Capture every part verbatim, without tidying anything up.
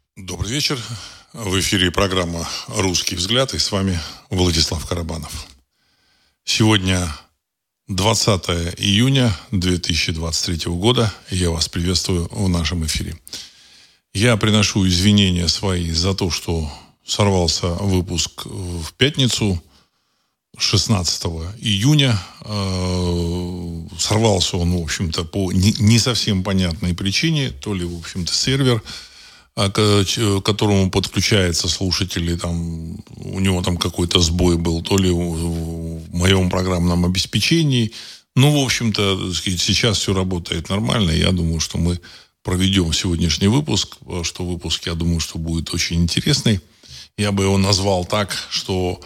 Добрый вечер. В эфире программа «Русский взгляд» и с вами Владислав Карабанов. Сегодня двадцатое июня две тысячи двадцать третьего года. Я вас приветствую в нашем эфире. Я приношу извинения свои за то, что сорвался выпуск в пятницу, шестнадцатого июня. Сорвался он, в общем-то, по не совсем понятной причине. То ли, в общем-то, сервер, к которому подключается слушатели, там, у него там какой-то сбой был, то ли в моем программном обеспечении. Ну, в общем-то, сейчас все работает нормально. Я думаю, что мы проведем сегодняшний выпуск, что выпуск, я думаю, что будет очень интересный. Я бы его назвал так, что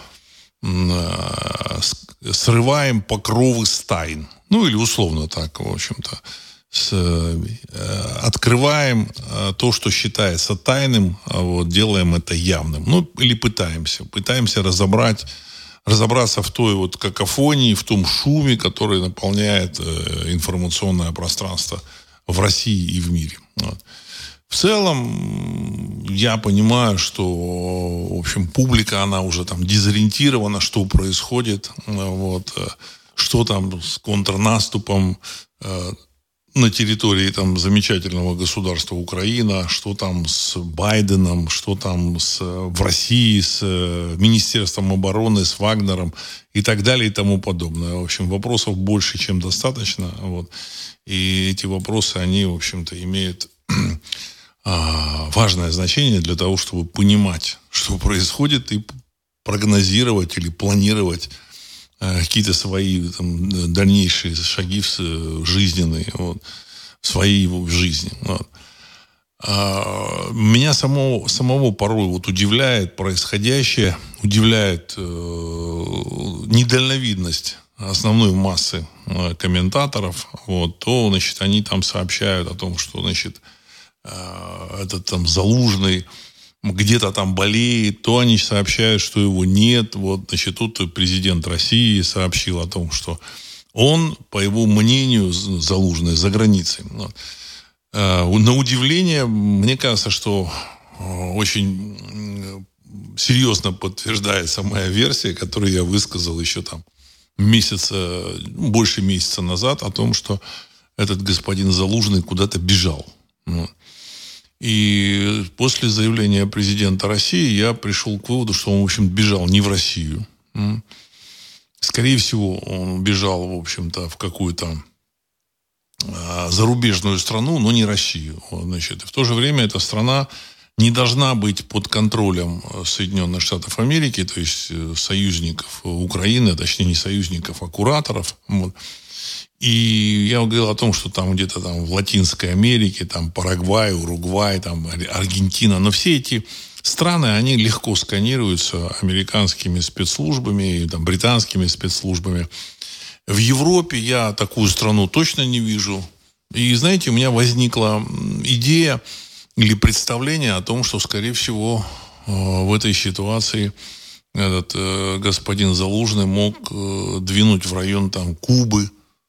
срываем покровы с тайн. Ну, или условно так, в общем-то. С, э, открываем э, то, что считается тайным, а вот, делаем это явным. Ну, или пытаемся. Пытаемся разобрать, разобраться в той вот какофонии, в том шуме, который наполняет э, информационное пространство в России и в мире. Вот. В целом, я понимаю, что, в общем, публика, она уже там дезориентирована, что происходит, вот, что там с контрнаступом э, на территории там замечательного государства Украина, что там с Байденом, что там с, в России с Министерством обороны, с Вагнером и так далее и тому подобное. В общем, вопросов больше, чем достаточно. Вот. И эти вопросы, они, в общем-то, имеют важное значение для того, чтобы понимать, что происходит, и прогнозировать или планировать какие-то свои там, дальнейшие шаги в жизненные, вот, в своей в жизни. Вот. А, меня самого, самого порой вот удивляет происходящее, удивляет э, недальновидность основной массы э, комментаторов. Вот, то, значит, они там сообщают о том, что, значит, э, этот там Залужный где-то там болеет, то они сообщают, что его нет. Вот, значит, тут президент России сообщил о том, что он, по его мнению, Залужный за границей. Вот. На удивление, мне кажется, что очень серьезно подтверждается моя версия, которую я высказал еще там месяца, больше месяца назад, о том, что этот господин Залужный куда-то бежал. Вот. И после заявления президента России я пришел к выводу, что он, в общем, бежал не в Россию. Скорее всего, он бежал, в общем-то, в какую-то зарубежную страну, но не Россию. Значит, в то же время эта страна не должна быть под контролем Соединенных Штатов Америки, то есть союзников Украины, точнее, не союзников, а кураторов. Вот. И я говорил о том, что там где-то там в Латинской Америке, там Парагвай, Уругвай, там Аргентина, но все эти страны, они легко сканируются американскими спецслужбами и там, британскими спецслужбами. В Европе я такую страну точно не вижу. И, знаете, у меня возникла идея или представление о том, что, скорее всего, в этой ситуации этот э, господин Залужный мог э, двинуть в район там Кубы,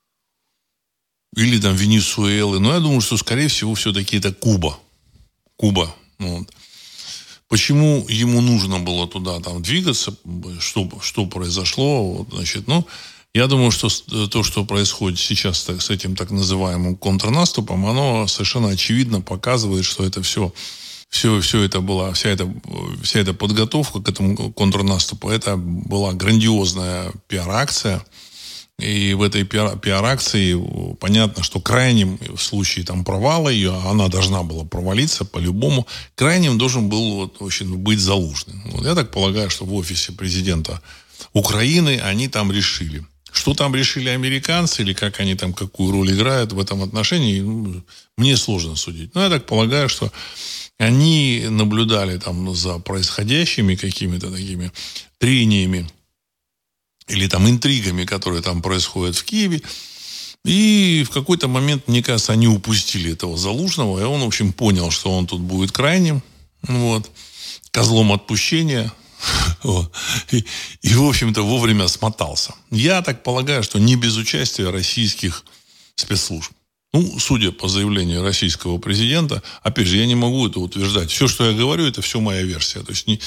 или там Венесуэлы. Но я думаю, что, скорее всего, все-таки это Куба. Куба. Вот. Почему ему нужно было туда там двигаться? Что, что произошло? Вот, значит, ну, я думаю, что то, что происходит сейчас так, с этим так называемым контрнаступом, оно совершенно очевидно показывает, что это все, все, все это была, вся эта, вся эта подготовка к этому контрнаступу, это была грандиозная пиар-акция. И в этой пиар-акции понятно, что крайним в случае там, провала ее, она должна была провалиться по-любому, крайним должен был вот, в общем, быть Залужный. Вот, я так полагаю, что в офисе президента Украины они там решили. Что там решили американцы или как они там, какую роль играют в этом отношении, ну, мне сложно судить. Но я так полагаю, что они наблюдали там за происходящими какими-то такими трениями или там интригами, которые там происходят в Киеве. И в какой-то момент, мне кажется, они упустили этого Залужного, и он, в общем, понял, что он тут будет крайним, вот, козлом отпущения, вот, и, и, в общем-то, вовремя смотался. Я так полагаю, что не без участия российских спецслужб. Ну, судя по заявлению российского президента, опять же, я не могу это утверждать. Все, что я говорю, это все моя версия. То есть ни,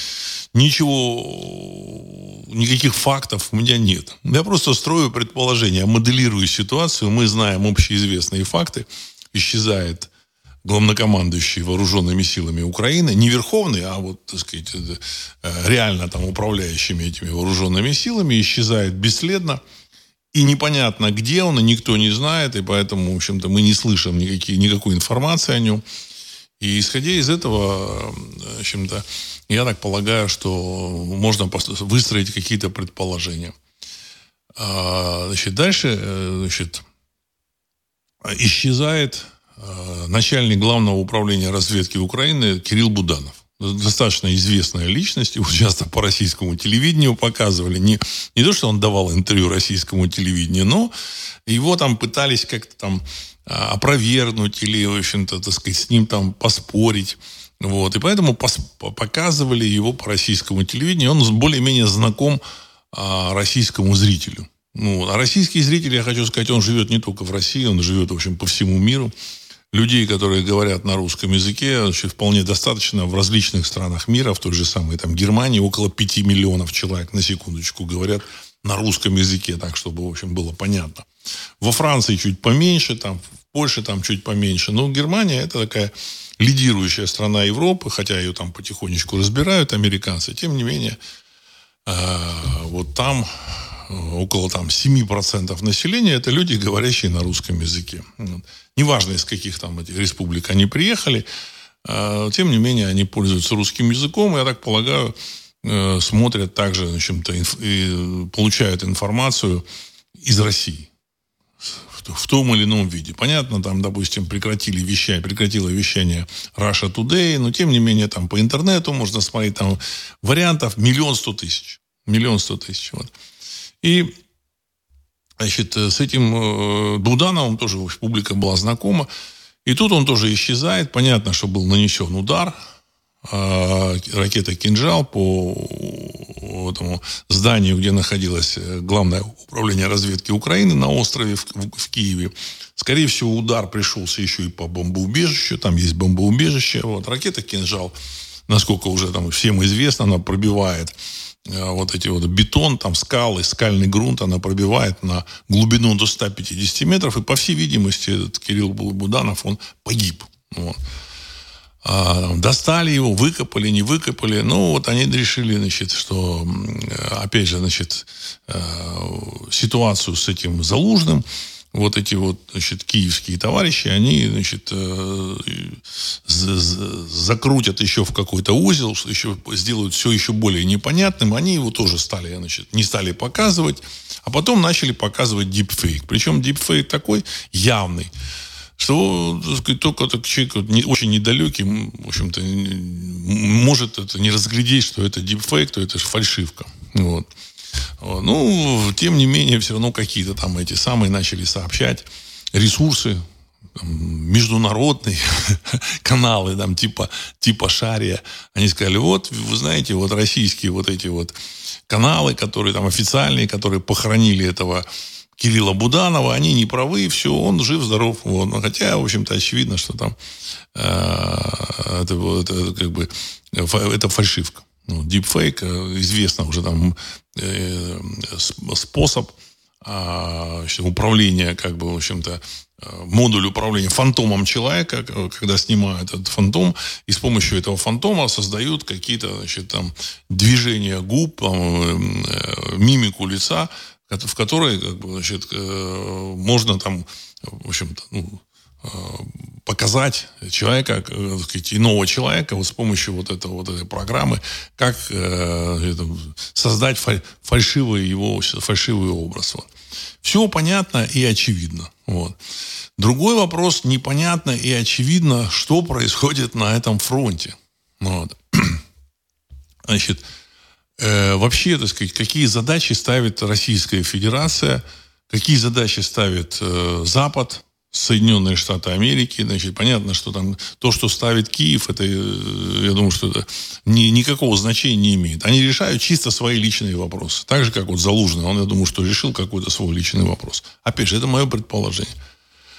ничего, никаких фактов у меня нет. Я просто строю предположения, моделирую ситуацию. Мы знаем общеизвестные факты. Исчезает главнокомандующий вооруженными силами Украины, не верховный, а вот, так сказать, реально там управляющими этими вооруженными силами, исчезает бесследно. И непонятно, где он, и никто не знает, и поэтому, в общем-то, мы не слышим никакие, никакой информации о нем. И исходя из этого, в общем-то, я так полагаю, что можно выстроить какие-то предположения. Значит, дальше, значит, исчезает начальник Главного управления разведки Украины Кирилл Буданов. Достаточно известная личность, его часто по российскому телевидению показывали. Не, не то, что он давал интервью российскому телевидению, но его там пытались как-то там опровергнуть или, в общем-то, так сказать, с ним там поспорить. Вот. И поэтому пос- показывали его по российскому телевидению. Он более-менее знаком а, российскому зрителю. Ну, а российский зритель, я хочу сказать, он живет не только в России, он живет, в общем, по всему миру. Людей, которые говорят на русском языке, значит, вполне достаточно в различных странах мира, в той же самой там, Германии, около пяти миллионов человек, на секундочку, говорят на русском языке, так, чтобы, в общем, было понятно. Во Франции чуть поменьше, там, в Польше там чуть поменьше, но Германия – это такая лидирующая страна Европы, хотя ее там потихонечку разбирают американцы, тем не менее, э, вот там около там, семь процентов населения – это люди, говорящие на русском языке. Неважно, из каких там этих республик они приехали, тем не менее, они пользуются русским языком, я так полагаю, смотрят также, в общем-то, и получают информацию из России в том или ином виде. Понятно, там, допустим, прекратили вещание, прекратило вещание Russia Today, но, тем не менее, там по интернету можно смотреть, там вариантов миллион сто тысяч. Миллион сто тысяч. Вот. И, значит, с этим э, Будановым тоже публика была знакома. И тут он тоже исчезает. Понятно, что был нанесен удар. Э, ракета «Кинжал» по этому зданию, где находилось Главное управление разведки Украины на острове в, в, в Киеве. Скорее всего, удар пришелся еще и по бомбоубежищу. Там есть бомбоубежище. Вот. Ракета «Кинжал», насколько уже там всем известно, она пробивает вот эти вот бетон, там скалы, скальный грунт, она пробивает на глубину до ста пятидесяти метров, и, по всей видимости, этот Кирилл Буданов, он погиб. Вот. А, достали его, выкопали, не выкопали. Ну, вот они решили, значит, что, опять же, значит, ситуацию с этим Залужным, вот эти вот, значит, киевские товарищи, они, значит, закрутят еще в какой-то узел, что еще сделают все еще более непонятным. Они его тоже стали, значит, не стали показывать, а потом начали показывать дипфейк. Причем дипфейк такой явный, что, так сказать, только так человек не, очень недалекий, в общем-то, может это не разглядеть, что это дипфейк, то это же фальшивка. Вот. Ну, тем не менее, все равно какие-то там эти самые начали сообщать ресурсы, там, международные каналы, там, типа, типа Шария. Они сказали, вот, вы знаете, вот российские вот эти вот каналы, которые там официальные, которые похоронили этого Кирилла Буданова, они не правы, все, он жив-здоров. Вот. Хотя, в общем-то, очевидно, что там э, это, это, как бы, это фальшивка. Ну, дипфейк, известно уже там э, способ э, управления, как бы, в общем-то, модуль управления фантомом человека, когда снимают этот фантом, и с помощью этого фантома создают какие-то, значит, там, движения губ, там, э, мимику лица, в которой, как бы, значит, э, можно там, в общем-то, ну, показать человека, так сказать, иного человека вот с помощью вот, этого, вот этой программы, как э, это, создать фаль, фальшивый его фальшивый образ. Вот. Все понятно и очевидно. Вот. Другой вопрос: непонятно и очевидно, что происходит на этом фронте. Вот. Значит, э, вообще, так сказать, какие задачи ставит Российская Федерация, какие задачи ставит э, Запад, Соединенные Штаты Америки, значит, понятно, что там то, что ставит Киев, это, я думаю, что это ни, никакого значения не имеет. Они решают чисто свои личные вопросы. Так же, как вот Залужный, он, я думаю, что решил какой-то свой личный вопрос. Опять же, это мое предположение.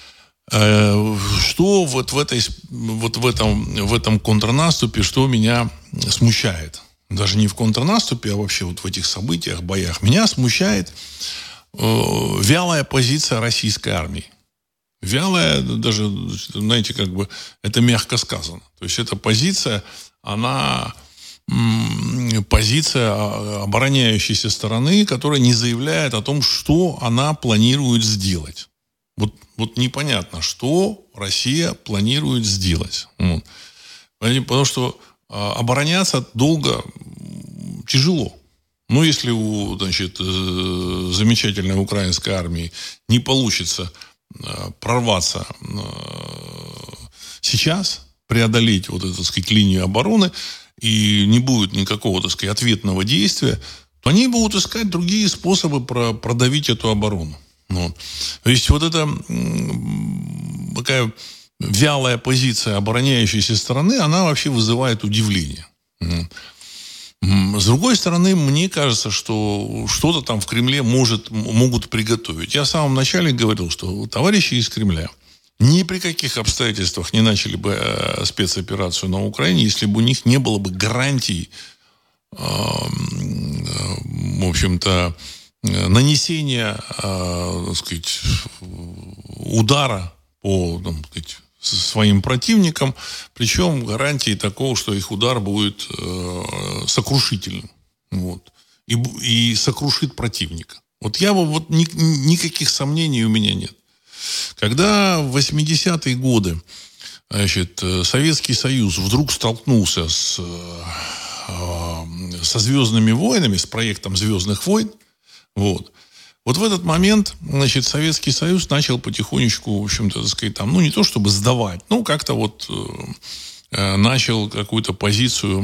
Что вот в, этой, вот в, этом, в этом контрнаступе, что меня смущает? Даже не в контрнаступе, а вообще вот в этих событиях, боях. Меня смущает э, вялая позиция российской армии. Вялая, даже, знаете, как бы, это мягко сказано. То есть, эта позиция, она м, позиция обороняющейся стороны, которая не заявляет о том, что она планирует сделать. Вот, вот непонятно, что Россия планирует сделать. Вот. Потому что э, обороняться долго тяжело. Но если у, значит, э, замечательной украинской армии не получится э, прорваться э, сейчас, преодолеть вот эту, так сказать, линию обороны, и не будет никакого, так сказать, ответного действия, то они будут искать другие способы про, продавить эту оборону. Вот. То есть, вот эта м, такая вялая позиция обороняющейся стороны, она вообще вызывает удивление. С другой стороны, мне кажется, что что-то там в Кремле может, могут приготовить. Я в самом начале говорил, что товарищи из Кремля ни при каких обстоятельствах не начали бы спецоперацию на Украине, если бы у них не было бы гарантий, в общем-то, нанесения, так сказать, удара по, так сказать, своим противникам, причем гарантии такого, что их удар будет э, сокрушительным. Вот. И, и сокрушит противника. Вот я вот ни, никаких сомнений у меня нет. Когда в восьмидесятые годы, значит, Советский Союз вдруг столкнулся с, э, со «Звездными войнами», с проектом «Звездных войн», вот, Вот в этот момент, значит, Советский Союз начал потихонечку, в общем-то, так сказать, там, ну, не то чтобы сдавать, ну, как-то вот э, начал какую-то позицию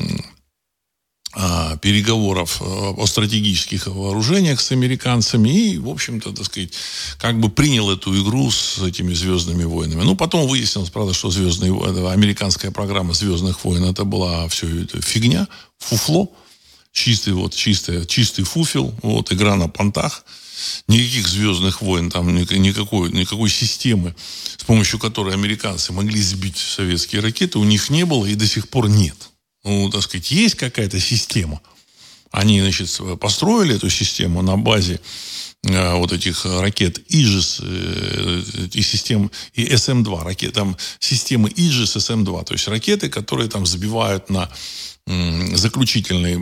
э, переговоров о стратегических вооружениях с американцами и, в общем-то, так сказать, как бы принял эту игру с этими «Звездными войнами». Ну, потом выяснилось, правда, что звездные, американская программа «Звездных войн» это была все это фигня, фуфло. Чистый, вот, чистый, чистый фуфел, вот, игра на понтах. Никаких «Звездных войн», там, никакой, никакой системы, с помощью которой американцы могли сбить советские ракеты, у них не было и до сих пор нет. Ну, так сказать, есть какая-то система. Они, значит, построили эту систему на базе э, вот этих ракет «Иджис» э, и систем, и эс эм два, ракет, там, системы «Иджис», эс эм два, то есть ракеты, которые там сбивают на заключительной,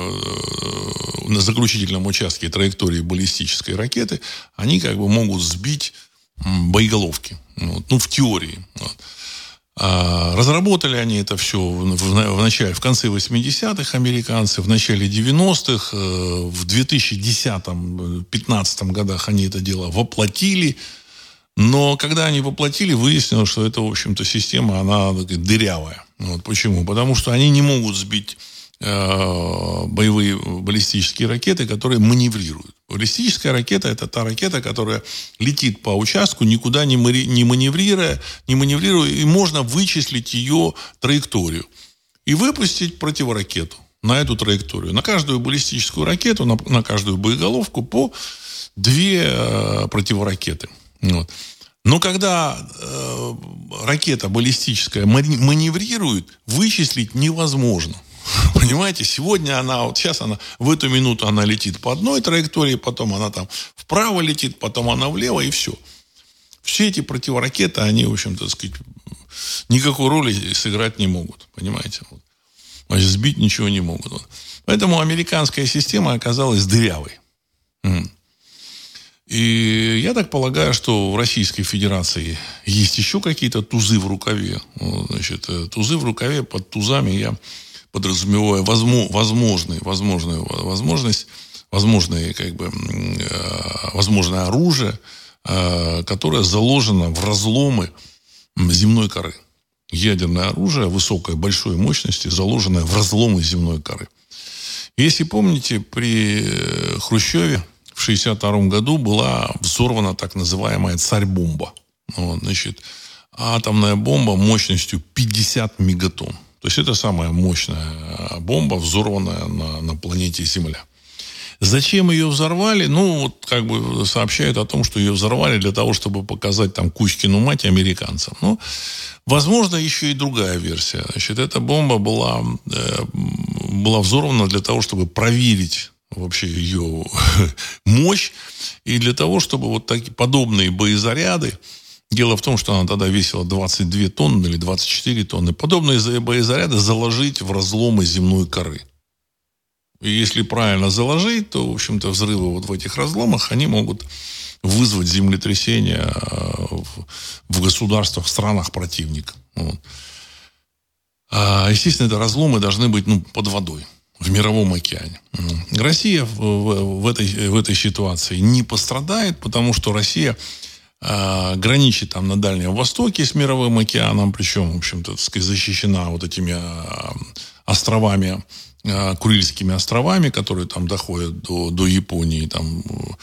на заключительном участке траектории баллистической ракеты, они как бы могут сбить боеголовки. Вот, ну, в теории. Вот. А разработали они это все в, в, начале, в конце восьмидесятых американцы, в начале девяностых, в две тысячи десятом — две тысячи пятнадцатом годах они это дело воплотили. Но когда они воплотили, выяснилось, что эта, в общем-то, система, она такая дырявая. Вот почему? Потому что они не могут сбить э, боевые баллистические ракеты, которые маневрируют. Баллистическая ракета – это та ракета, которая летит по участку, никуда не, мари, не маневрируя, не маневрируя, и можно вычислить ее траекторию. И выпустить противоракету на эту траекторию. На каждую баллистическую ракету, на, на каждую боеголовку по две э, противоракеты. Вот. Но когда э, ракета баллистическая маневрирует, вычислить невозможно. Понимаете, сегодня она, вот сейчас она, в эту минуту она летит по одной траектории, потом она там вправо летит, потом она влево, и все. Все эти противоракеты, они, в общем-то, так сказать, никакой роли сыграть не могут. Понимаете? Вот. Значит, сбить ничего не могут. Вот. Поэтому американская система оказалась дырявой. И я так полагаю, что в Российской Федерации есть еще какие-то тузы в рукаве. Значит, тузы в рукаве, под тузами я подразумеваю возможный, возможную возможность, возможное, как бы, возможное оружие, которое заложено в разломы земной коры. Ядерное оружие высокой, большой мощности, заложенное в разломы земной коры. Если помните, при Хрущеве в шестьдесят втором году была взорвана так называемая «Царь-бомба». Вот, значит, атомная бомба мощностью пятьдесят мегатонн. То есть это самая мощная бомба, взорванная на, на планете Земля. Зачем ее взорвали? Ну, вот как бы сообщают о том, что ее взорвали для того, чтобы показать там Кузькину мать американцам. Ну, возможно, еще и другая версия. Значит, эта бомба была, э, была взорвана для того, чтобы проверить вообще ее мощь, и для того, чтобы вот такие подобные боезаряды, дело в том, что она тогда весила двадцать две тонны или двадцать четыре тонны, подобные боезаряды заложить в разломы земной коры. И если правильно заложить, то, в общем-то, взрывы вот в этих разломах, они могут вызвать землетрясения в государствах, в странах противника. Вот. А, естественно, это разломы должны быть, ну, под водой, в мировом океане. Россия в, в, в, этой, в этой ситуации не пострадает, потому что Россия а, граничит там на Дальнем Востоке с мировым океаном, причем, в общем-то, так сказать, защищена вот этими а, островами, Курильскими островами, которые там доходят до, до Японии, там,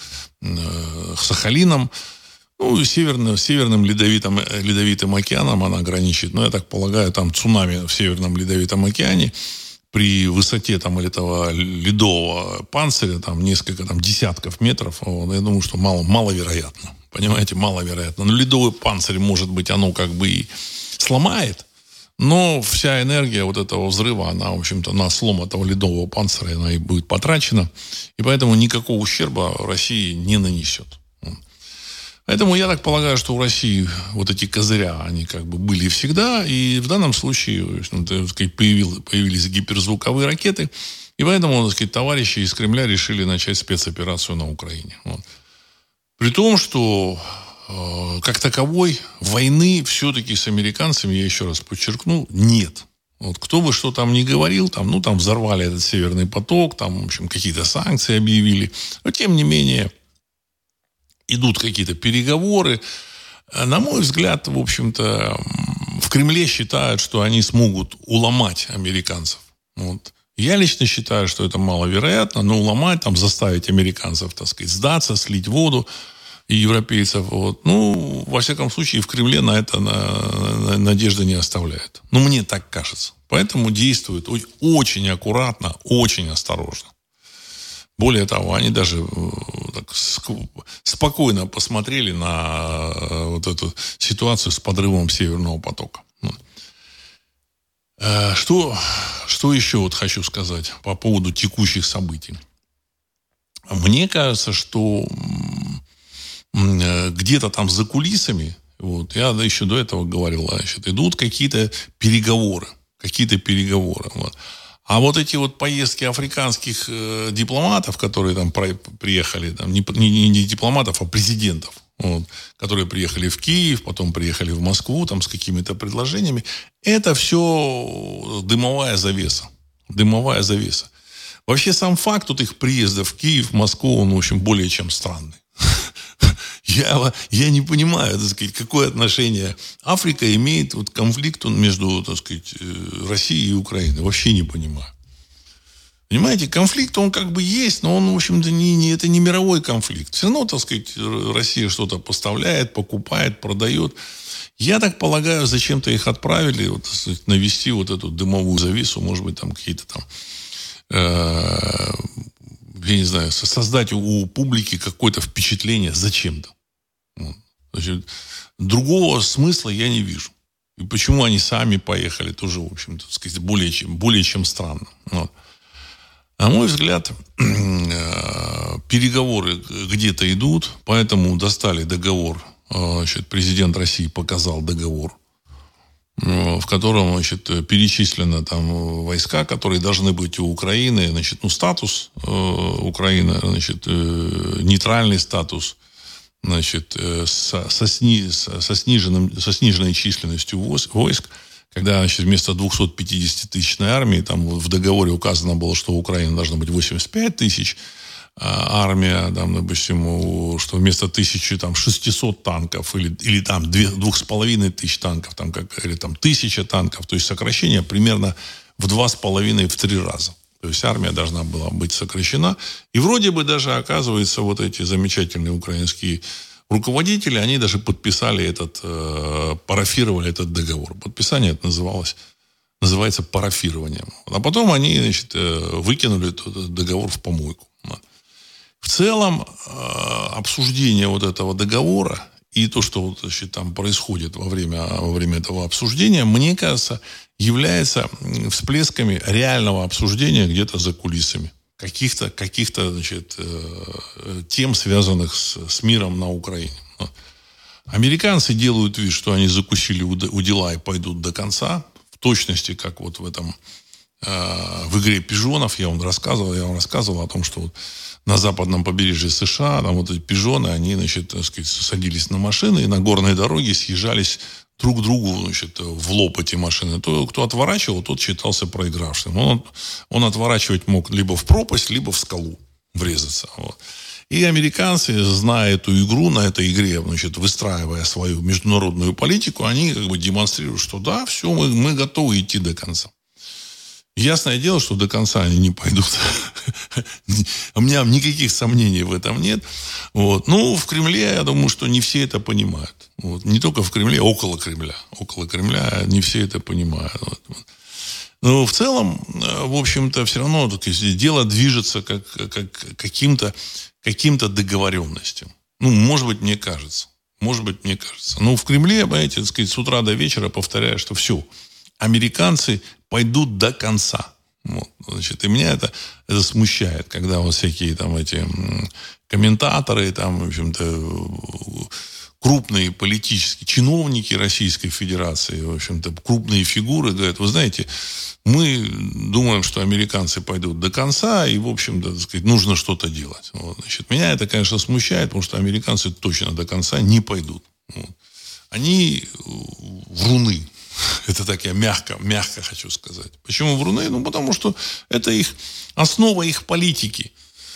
э, Сахалином. Ну, северным, северным ледовитым, ледовитым океаном она граничит. Но, я так полагаю, там цунами в Северном ледовитом океане при высоте там этого ледового панциря, там несколько там, десятков метров, вот, я думаю, что мало, маловероятно. Понимаете, маловероятно. Но ледовый панцирь, может быть, оно как бы и сломает, но вся энергия вот этого взрыва, она, в общем-то, на слом этого ледового панциря, она и будет потрачена. И поэтому никакого ущерба России не нанесет. Поэтому я так полагаю, что у России вот эти козыря, они как бы были всегда. И в данном случае, так сказать, появились, появились гиперзвуковые ракеты. И поэтому, так сказать, товарищи из Кремля решили начать спецоперацию на Украине. Вот. При том, что как таковой войны все-таки с американцами, я еще раз подчеркну, нет. Вот кто бы что там ни говорил, там, ну, там взорвали этот Северный поток, там, в общем, какие-то санкции объявили. Но, тем не менее, идут какие-то переговоры. На мой взгляд, в общем-то, в Кремле считают, что они смогут уломать американцев. Вот. Я лично считаю, что это маловероятно, но уломать, там, заставить американцев, так сказать, сдаться, слить воду, и европейцев. Вот. Ну, во всяком случае, в Кремле на это на, на, надежды не оставляют. Ну, мне так кажется. Поэтому действуют очень аккуратно, очень осторожно. Более того, они даже так, спокойно посмотрели на вот эту ситуацию с подрывом Северного потока. Что, что еще вот хочу сказать по поводу текущих событий? Мне кажется, что где-то там за кулисами, вот, я еще до этого говорил, значит, идут какие-то переговоры, какие-то переговоры. Вот. А вот эти вот поездки африканских э, дипломатов, которые там про, приехали, там, не, не, не дипломатов, а президентов, вот, которые приехали в Киев, потом приехали в Москву там, с какими-то предложениями, это все дымовая завеса. Дымовая завеса. Вообще сам факт вот их приезда в Киев, в Москву, он, в общем, более чем странный. Я, я не понимаю, так сказать, какое отношение Африка имеет вот, к конфликту между, так сказать, Россией и Украиной. Вообще не понимаю. Понимаете, конфликт, он как бы есть, но он, в общем-то, не, не, это не мировой конфликт. Все равно, так сказать, Россия что-то поставляет, покупает, продает. Я так полагаю, зачем-то их отправили, вот, так сказать, навести вот эту дымовую завесу, может быть, там какие-то там... Э- я не знаю, создать у публики какое-то впечатление зачем-то. Значит, другого смысла я не вижу. И почему они сами поехали, тоже, в общем-то, сказать, более чем, более чем странно. Вот. На мой взгляд, переговоры где-то идут, поэтому достали договор. Значит, президент России показал договор, в котором, значит, перечислены там войска, которые должны быть у Украины, значит, ну, статус э, Украины, значит, э, нейтральный статус, значит, э, со, со, сни, со, со, сниженным, со сниженной численностью войск, когда, значит, вместо двухсотпятидесятитысячной армии, там в договоре указано было, что у Украины должно быть восемьдесят пять тысяч, армия, там, допустим, что вместо тысячи там шестисот танков или, или там двух с половиной тысяч танков, там, как, или там тысяча танков, то есть сокращение примерно в два с половиной, в три раза. То есть армия должна была быть сокращена. И вроде бы даже, оказывается, вот эти замечательные украинские руководители, они даже подписали этот, э, парафировали этот договор. Подписание это называлось, называется парафированием. А потом они, значит, э, выкинули этот договор в помойку. В целом, обсуждение вот этого договора и то, что вот, значит, там происходит во время, во время этого обсуждения, мне кажется, является всплесками реального обсуждения где-то за кулисами. Каких-то, каких-то, значит, тем, связанных с, с миром на Украине. Американцы делают вид, что они закусили у дела и пойдут до конца. В точности, как вот в этом, в игре «Пижонов» я вам рассказывал, я вам рассказывал о том, что вот на западном побережье США, там вот эти пижоны, они, значит, так сказать, садились на машины и на горной дороге съезжались друг другу, значит, в лоб эти машины. То, кто отворачивал, тот считался проигравшим. Он, он отворачивать мог либо в пропасть, либо в скалу врезаться. Вот. И американцы, зная эту игру, на этой игре, значит, выстраивая свою международную политику, они как бы демонстрируют, что да, все, мы, мы готовы идти до конца. Ясное дело, что до конца они не пойдут. У меня никаких сомнений в этом нет. Вот. Ну, в Кремле, я думаю, что не все это понимают. Вот. Не только в Кремле, а около Кремля. Около Кремля не все это понимают. Вот. Но в целом, в общем-то, все равно дело движется как, как каким-то, каким-то договоренностям. Ну, может быть, мне кажется. Может быть, мне кажется. Но в Кремле, понимаете, так сказать, с утра до вечера повторяю, что все. Американцы пойдут до конца. Вот, значит, и меня это, это смущает, когда вот всякие там эти комментаторы, там, в общем-то, крупные политические чиновники Российской Федерации, в общем-то, крупные фигуры говорят, вы знаете, мы думаем, что американцы пойдут до конца, и, в общем-то, так сказать, нужно что-то делать. Вот, значит, меня это, конечно, смущает, потому что американцы точно до конца не пойдут. Вот. Они вруны. Это так я мягко, мягко хочу сказать. Почему вруны? Ну, потому что это их, основа их политики.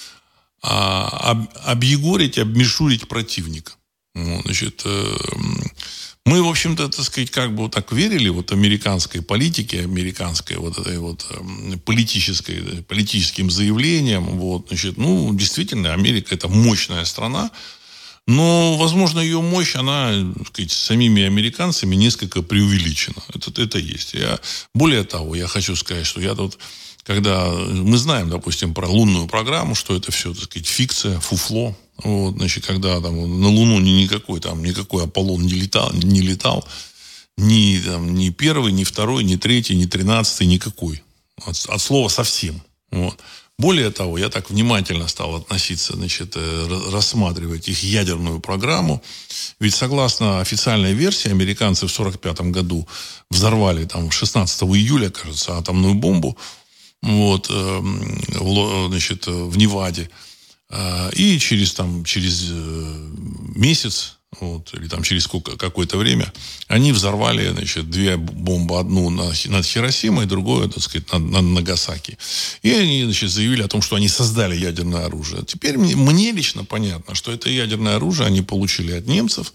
А, об, объегорить, обмешурить противника. Ну, значит, э, мы, в общем-то, так сказать, как бы вот так верили вот американской политике, американской вот этой вот э, политической, политическим заявлениям. Вот, значит, ну, действительно, Америка – это мощная страна. Но, возможно, ее мощь, она, так сказать, самими американцами несколько преувеличена. Это, это есть. Я, более того, я хочу сказать, что я тут, когда мы знаем, допустим, про лунную программу, что это все, так сказать, фикция, фуфло. Вот, значит, когда там на Луну ни, никакой, там, никакой Аполлон не летал, не летал ни, там, ни первый, ни второй, ни третий, ни тринадцатый, никакой. От, от слова совсем. Вот. Более того, я так внимательно стал относиться, значит, рассматривать их ядерную программу. Ведь согласно официальной версии, американцы в сорок пятом году взорвали там шестнадцатого июля, кажется, атомную бомбу вот, значит, в Неваде. И через, там, через месяц, вот, или там через какое-то время, они взорвали, значит, две бомбы. Одну над Хиросимой, другую, так сказать, над, над Нагасаки. И они, значит, заявили о том, что они создали ядерное оружие. Теперь мне, мне лично понятно, что это ядерное оружие они получили от немцев.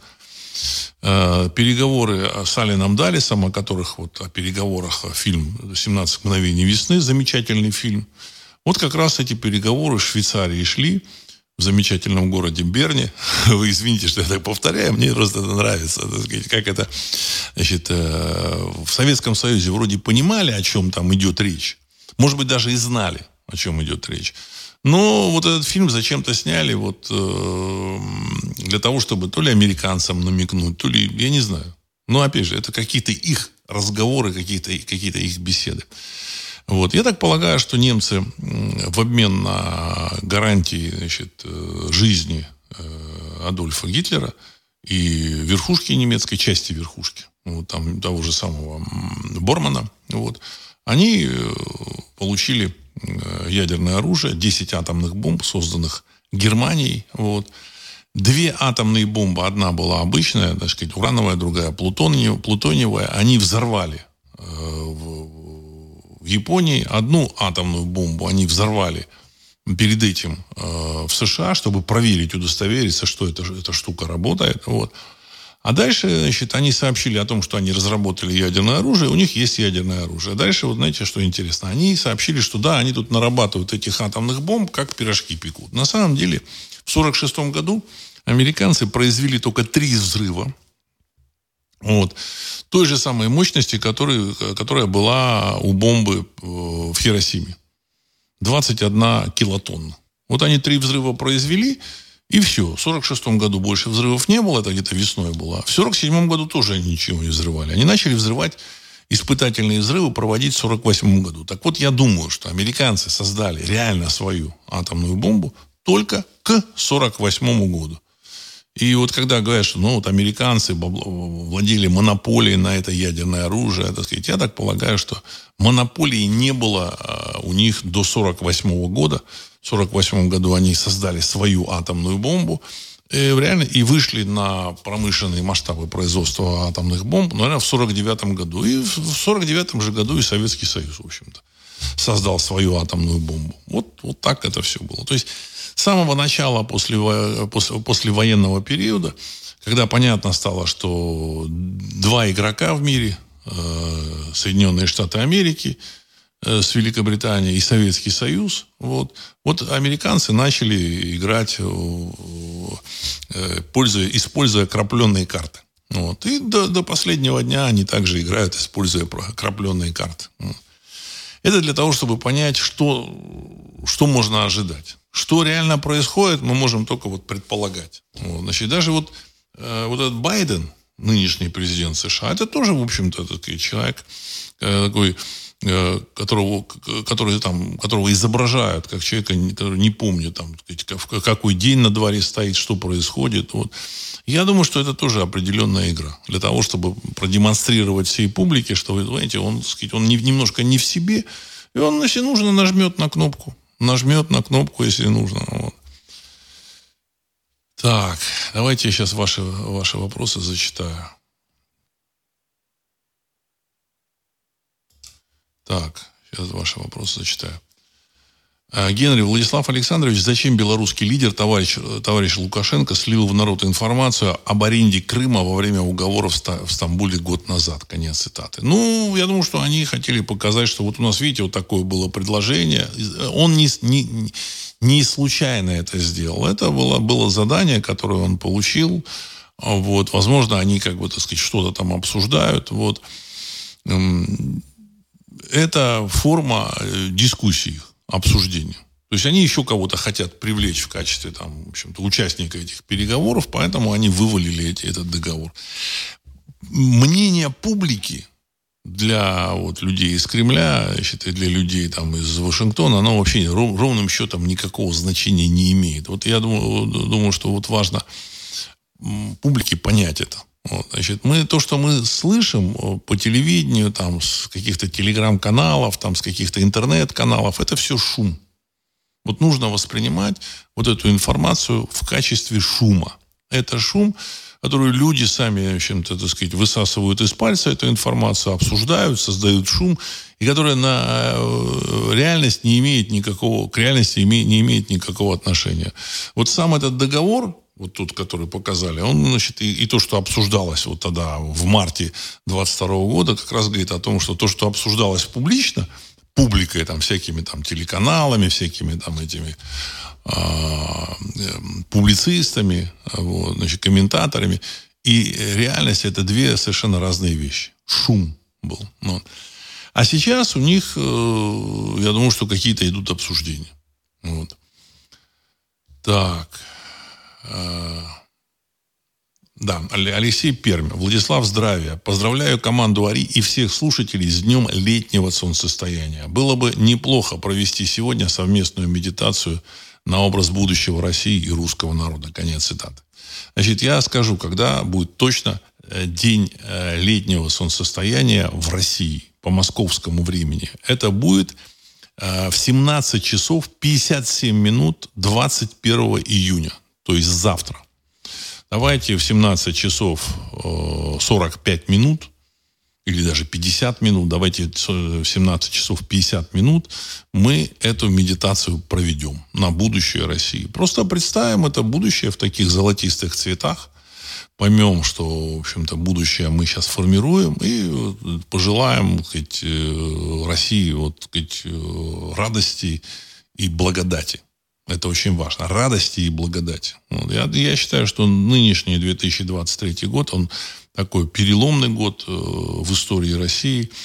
Э, переговоры с Алленом Даллесом, о которых, вот, о переговорах, фильм «семнадцать мгновений весны», замечательный фильм. Вот как раз эти переговоры в Швейцарии шли, в замечательном городе Берне. Вы извините, что я так повторяю, мне просто это нравится. Так сказать, как это, значит, в Советском Союзе вроде понимали, о чем там идет речь. Может быть, даже и знали, о чем идет речь. Но вот этот фильм зачем-то сняли вот, для того, чтобы то ли американцам намекнуть, то ли, я не знаю. Но, опять же, это какие-то их разговоры, какие-то, какие-то их беседы. Вот. Я так полагаю, что немцы в обмен на гарантии, значит, жизни Адольфа Гитлера и верхушки немецкой, части верхушки, вот, там, того же самого Бормана, вот, они получили ядерное оружие, десять атомных бомб, созданных Германией. Вот. Две атомные бомбы, одна была обычная, так сказать, урановая, другая плутониевая, они взорвали в В Японии. Одну атомную бомбу они взорвали перед этим э, в США, чтобы проверить, удостовериться, что эта, эта штука работает. Вот. А дальше, значит, они сообщили о том, что они разработали ядерное оружие, у них есть ядерное оружие. А дальше, вот знаете, что интересно? Они сообщили, что да, они тут нарабатывают этих атомных бомб, как пирожки пекут. На самом деле, в сорок шестом году американцы произвели только три взрыва. Вот. Той же самой мощности, который, которая была у бомбы в Хиросиме. двадцать одна килотонна. Вот они три взрыва произвели, и все. В сорок шестом году больше взрывов не было, это где-то весной было. В сорок седьмом году тоже они ничего не взрывали. Они начали взрывать испытательные взрывы проводить в сорок восьмом году. Так вот, я думаю, что американцы создали реально свою атомную бомбу только к сорок восьмому году. И вот когда говорят, что ну, вот американцы владели монополией на это ядерное оружие, так сказать, я так полагаю, что монополии не было у них до сорок восьмого года. В сорок восьмом году они создали свою атомную бомбу. И, реально, и вышли на промышленные масштабы производства атомных бомб, наверное, в сорок девятом году. И в сорок девятом же году и Советский Союз, в общем-то, создал свою атомную бомбу. Вот, вот так это все было. То есть с самого начала, после, после, после военного периода, когда понятно стало, что два игрока в мире, э, Соединенные Штаты Америки, с Великобританией и Советский Союз, вот, вот американцы начали играть, пользуя, используя крапленные карты. Вот. И до, до последнего дня они также играют, используя крапленные карты. Это для того, чтобы понять, что, что можно ожидать. Что реально происходит, мы можем только вот предполагать. Вот. Значит, даже вот, вот этот Байден, нынешний президент США, это тоже, в общем-то, такой человек, такой, которого, который, там, которого изображают как человека, который не помнит, там, какой день на дворе стоит, что происходит. Вот. Я думаю, что это тоже определенная игра. Для того, чтобы продемонстрировать всей публике, что, вы знаете, он, так сказать, он немножко не в себе, и он, если нужно, нажмет на кнопку. Нажмет на кнопку, если нужно. Вот. Так, давайте я сейчас ваши, ваши вопросы зачитаю. Так, сейчас ваши вопросы зачитаю. Генри, Владислав Александрович, зачем белорусский лидер, товарищ, товарищ Лукашенко, слил в народ информацию об аренде Крыма во время уговоров в Стамбуле год назад? Конец цитаты. Ну, я думаю, что они хотели показать, что вот у нас, видите, вот такое было предложение. Он не, не, не случайно это сделал. Это было, было задание, которое он получил. Вот, возможно, они, как бы, так сказать, что-то там обсуждают. Вот. Это форма дискуссий, обсуждения. То есть они еще кого-то хотят привлечь в качестве там, в общем-то, участника этих переговоров, поэтому они вывалили эти, этот договор. Мнение публики для вот, людей из Кремля, значит, и для людей там, из Вашингтона, оно вообще ров, ровным счетом никакого значения не имеет. Вот я думаю, думаю что вот важно публике понять это. Вот, значит, мы, то, что мы слышим по телевидению, там, с каких-то телеграм-каналов, там, с каких-то интернет-каналов, это все шум. Вот нужно воспринимать вот эту информацию в качестве шума. Это шум, который люди сами, в общем-то, так сказать, высасывают из пальца эту информацию, обсуждают, создают шум, и которая на реальность не имеет никакого, к реальности не имеет никакого отношения. Вот сам этот договор, вот тот, который показали, он, значит, и, и то, что обсуждалось вот тогда, в марте двадцать второго года, как раз говорит о том, что то, что обсуждалось публично, публикой, там, всякими там телеканалами, всякими там этими а, публицистами, вот, значит, комментаторами, и реальность — это две совершенно разные вещи. Шум был. Вот. А сейчас у них, я думаю, что какие-то идут обсуждения. Вот. Так. Да, Алексей Пермь. Владислав, здравия. Поздравляю команду АРИ и всех слушателей с днем летнего солнцестояния. Было бы неплохо провести сегодня совместную медитацию на образ будущего России и русского народа. Конец цитаты. Значит, я скажу, когда будет точно день летнего солнцестояния в России по московскому времени. Это будет в семнадцать часов пятьдесят семь минут двадцать первого июня. То есть завтра. Давайте в семнадцать часов сорок пять минут, или даже пятьдесят минут, давайте в семнадцать часов пятьдесят минут мы эту медитацию проведем на будущее России. Просто представим это будущее в таких золотистых цветах, поймем, что, в общем-то, будущее мы сейчас формируем, и пожелаем, так сказать, России вот, так сказать, радости и благодати. Это очень важно. Радости и благодати. Вот. Я, я считаю, что нынешний две тысячи двадцать третий год, он такой переломный год э, в истории России.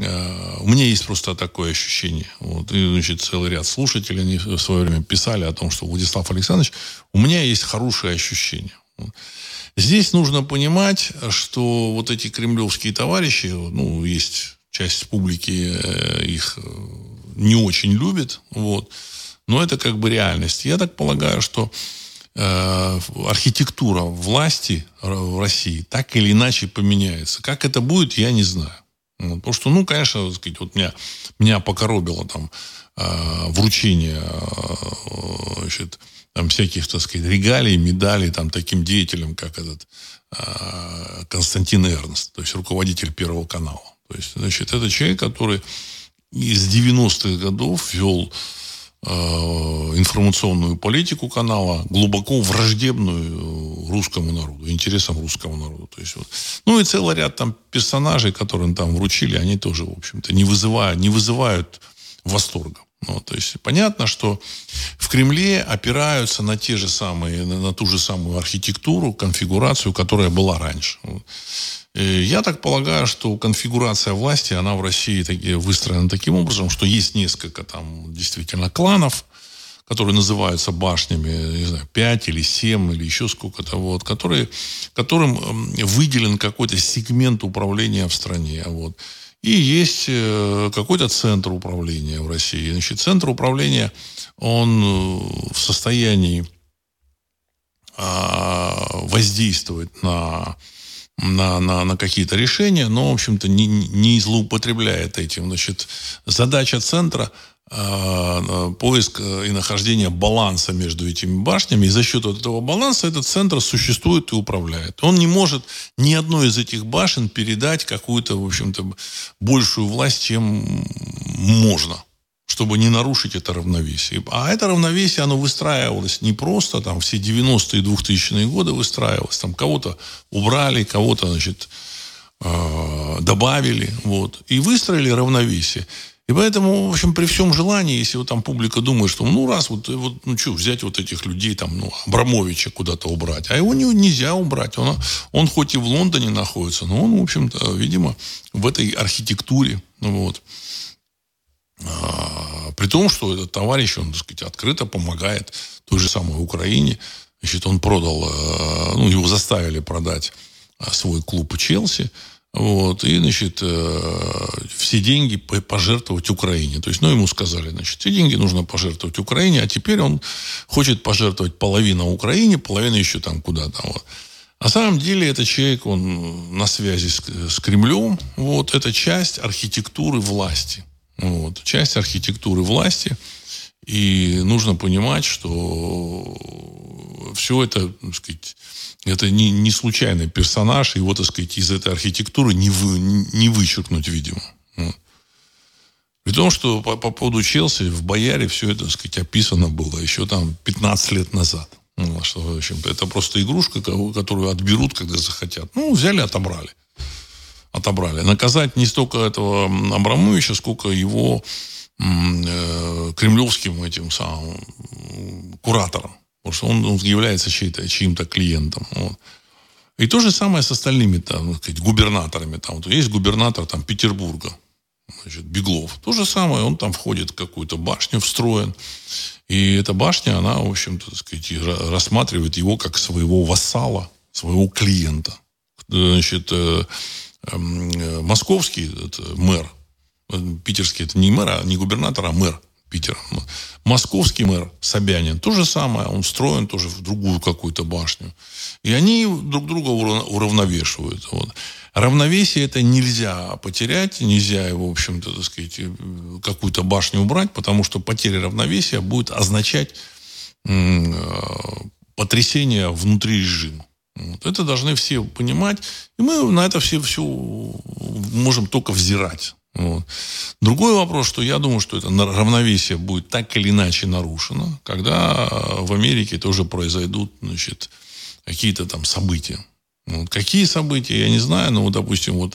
У меня есть просто такое ощущение. Вот. И, значит, целый ряд слушателей они в свое время писали о том, что Владислав Александрович, у меня есть хорошее ощущение. Здесь нужно понимать, что вот эти кремлевские товарищи, ну, есть часть публики их не очень любит, вот, но это как бы реальность. Я так полагаю, что э, архитектура власти в России так или иначе поменяется. Как это будет, я не знаю. Вот, потому что, ну, конечно, так сказать, вот меня, меня покоробило там э, вручение э, значит, там всяких, так сказать, регалий, медалей там таким деятелям, как этот э, Константин Эрнст, то есть руководитель Первого канала. То есть, значит, это человек, который из девяностых годов вел э, информационную политику канала, глубоко враждебную русскому народу, интересам русского народа. То есть, вот. Ну и целый ряд там персонажей, которым там вручили, они тоже, в общем-то, не вызывают, не вызывают восторга. Ну, то есть понятно, что в Кремле опираются на те же самые, на, на ту же самую архитектуру, конфигурацию, которая была раньше. Я так полагаю, что конфигурация власти, она в России таки, выстроена таким образом, что есть несколько там действительно кланов, которые называются башнями, не знаю, пять или семь или еще сколько-то, вот, которые, которым выделен какой-то сегмент управления в стране. Вот. И есть какой-то центр управления в России. Значит, центр управления, он в состоянии воздействовать на, на, на, на какие-то решения, но, в общем-то, не, не злоупотребляет этим. Значит, задача центра поиск и нахождение баланса между этими башнями. И за счет этого баланса этот центр существует и управляет. Он не может ни одной из этих башен передать какую-то, в общем-то, большую власть, чем можно, чтобы не нарушить это равновесие. А это равновесие, оно выстраивалось не просто, там, все девяностые и двухтысячные годы выстраивалось. Там кого-то убрали, кого-то, значит, добавили, вот, и выстроили равновесие. И поэтому, в общем, при всем желании, если вот там публика думает, что ну раз, вот, вот ну что, взять вот этих людей, там, ну, Абрамовича куда-то убрать, а его не, нельзя убрать. Он, он хоть и в Лондоне находится, но он, в общем-то, видимо, в этой архитектуре, вот. А, при том, что этот товарищ, он, так сказать, открыто помогает той же самой Украине. Значит, он продал, ну, его заставили продать свой клуб Челси. Вот, и, значит, э, все деньги пожертвовать Украине. То есть, ну, ему сказали, значит, все деньги нужно пожертвовать Украине, а теперь он хочет пожертвовать половину Украине, половину еще там куда-то. Вот. На самом деле, этот человек, он на связи с, с Кремлем. Вот, это часть архитектуры власти. Вот, часть архитектуры власти. И нужно понимать, что все это, так сказать, это не, не случайный персонаж, его, так сказать, из этой архитектуры не, вы, не вычеркнуть, видимо. Вот. При том, что по, по поводу Челси в Бояре все это, так сказать, описано было еще там пятнадцать лет назад. Ну, что, в общем-то, это просто игрушка, которую отберут, когда захотят. Ну, взяли, отобрали. Отобрали. Наказать не столько этого Абрамовича, сколько его э, кремлевским этим самым куратором. Потому что он, он является чьим-то, чьим-то клиентом. Вот. И то же самое с остальными там, так сказать, губернаторами. Там, вот есть губернатор там, Петербурга, значит, Беглов. То же самое, он там входит в какую-то башню, встроен. И эта башня, она, в общем-то, так сказать, рассматривает его как своего вассала, своего клиента. Значит, э, э, московский это, мэр, питерский, это не мэр, а не губернатор, а мэр Питера. Московский мэр Собянин. То же самое. Он встроен тоже в другую какую-то башню. И они друг друга уравновешивают. Вот. Равновесие это нельзя потерять. Нельзя его, в общем-то, так сказать, какую-то башню убрать, потому что потеря равновесия будет означать м- потрясение внутри режима. Вот. Это должны все понимать. И мы на это все, все можем только взирать. Вот. Другой вопрос, что я думаю, что это равновесие будет так или иначе нарушено, когда в Америке тоже произойдут, значит, какие-то там события. Вот. Какие события, я не знаю, но, вот, допустим, вот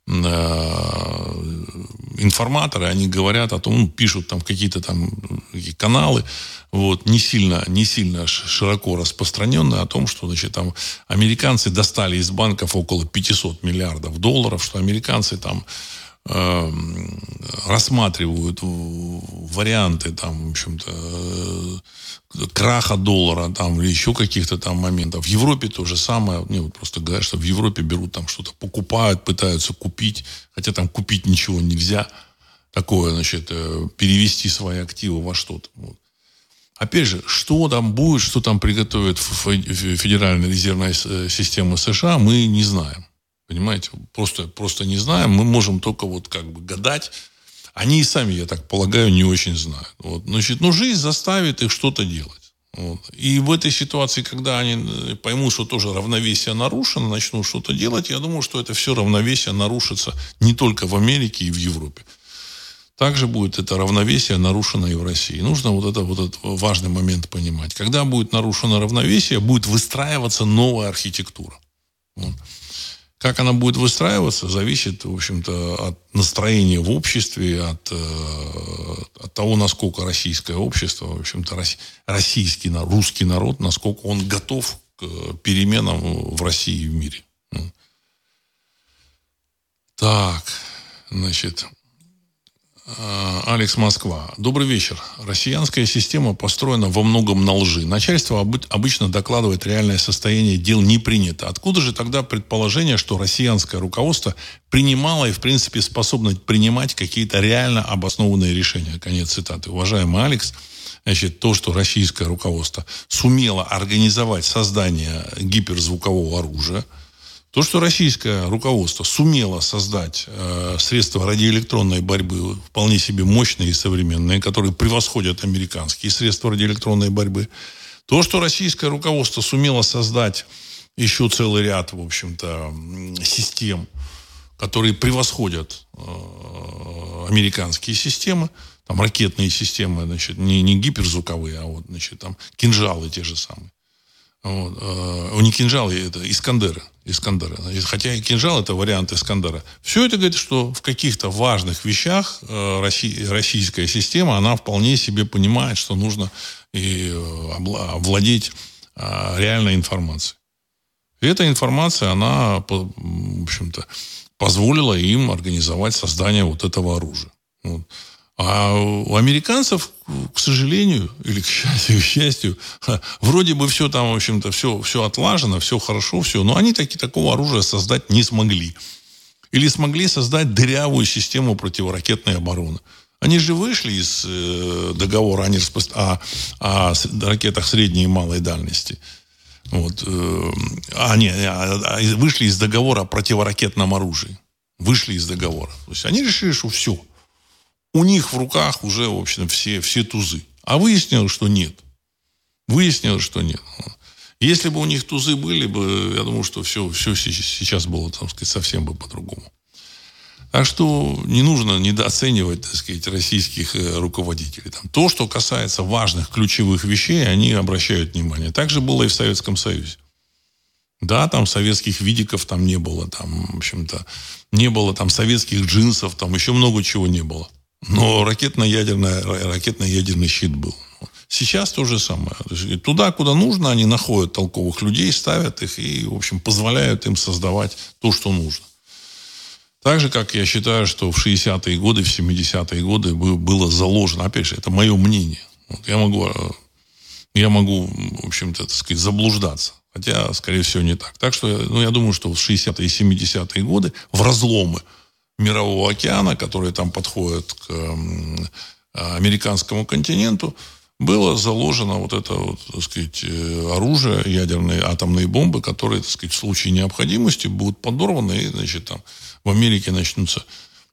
информаторы, они говорят о том, ну, пишут там какие-то там каналы, вот, не сильно, не сильно широко распространенные о том, что, значит, там американцы достали из банков около пятьсот миллиардов долларов, что американцы там э, рассматривают варианты там, в общем-то, э, краха доллара там, или еще каких-то там моментов. В Европе то же самое. Мне вот просто говорят, что в Европе берут там что-то, покупают, пытаются купить, хотя там купить ничего нельзя. Такое, значит, перевести свои активы во что-то. Вот. Опять же, что там будет, что там приготовит Федеральная резервная система США, мы не знаем. Понимаете? Просто, просто не знаем. Мы можем только вот как бы гадать. Они и сами, я так полагаю, не очень знают. Вот. Значит, ну, жизнь заставит их что-то делать. Вот. И в этой ситуации, когда они поймут, что тоже равновесие нарушено, начнут что-то делать, я думаю, что это все равновесие нарушится не только в Америке и в Европе. Также будет это равновесие нарушено и в России. Нужно вот, это, вот этот важный момент понимать. Когда будет нарушено равновесие, будет выстраиваться новая архитектура. Вот. Как она будет выстраиваться, зависит, в общем-то, от настроения в обществе, от, от того, насколько российское общество, в общем-то, российский, русский народ, насколько он готов к переменам в России и в мире. Так, значит... Алекс, Москва. Добрый вечер. Россиянская система построена во многом на лжи. Начальство обычно докладывает реальное состояние дел не принято. Откуда же тогда предположение, что россиянское руководство принимало и, в принципе, способно принимать какие-то реально обоснованные решения? Конец цитаты. Уважаемый Алекс, значит, то, что российское руководство сумело организовать создание гиперзвукового оружия, то, что российское руководство сумело создать э, средства радиоэлектронной борьбы вполне себе мощные и современные, которые превосходят американские средства радиоэлектронной борьбы, то, что российское руководство сумело создать еще целый ряд, в общем-то, систем, которые превосходят э, американские системы, там ракетные системы, значит, не, не гиперзвуковые, а вот, значит, там кинжалы те же самые. Вот. Э, не кинжалы, это Искандеры. Искандера. Хотя и кинжал — это вариант Искандера. Все это говорит, что в каких-то важных вещах э, Россия, российская система, она вполне себе понимает, что нужно и, э, овладеть э, реальной информацией. И эта информация, она, в общем-то, позволила им организовать создание вот этого оружия. Вот. А у американцев, к сожалению, или к счастью, к счастью, вроде бы все там, в общем-то, все, все отлажено, все хорошо, все, но они таки такого оружия создать не смогли. Или смогли создать дырявую систему противоракетной обороны. Они же вышли из э, договора о, распро... о, о ракетах средней и малой дальности. Вот. Э, а, не, а, вышли из договора о противоракетном оружии. Вышли из договора. То есть они решили, что все. У них в руках уже, в общем, все, все тузы. А выяснилось, что нет. Выяснилось, что нет. Если бы у них тузы были бы, я думаю, что все, все сейчас было, так сказать, совсем бы по-другому. Так что не нужно недооценивать, так сказать, российских руководителей. Там, то, что касается важных, ключевых вещей, они обращают внимание. Так же было и в Советском Союзе. Да, там советских видиков там не было. Там, в общем-то, не было там советских джинсов, там еще много чего не было. Но ракетно-ядерный, ракетно-ядерный щит был. Сейчас то же самое. Туда, куда нужно, они находят толковых людей, ставят их и, в общем, позволяют им создавать то, что нужно. Так же, как я считаю, что в шестидесятые годы, в семидесятые годы было заложено, опять же, это мое мнение. Вот я могу, я могу, в общем-то, так сказать, заблуждаться. Хотя, скорее всего, не так. Так что, ну, я думаю, что в шестидесятые и семидесятые годы в разломы Мирового океана, которые там подходят к э, американскому континенту, было заложено вот это, вот, так сказать, оружие, ядерные атомные бомбы, которые, так сказать, в случае необходимости будут подорваны, и, значит, там в Америке начнутся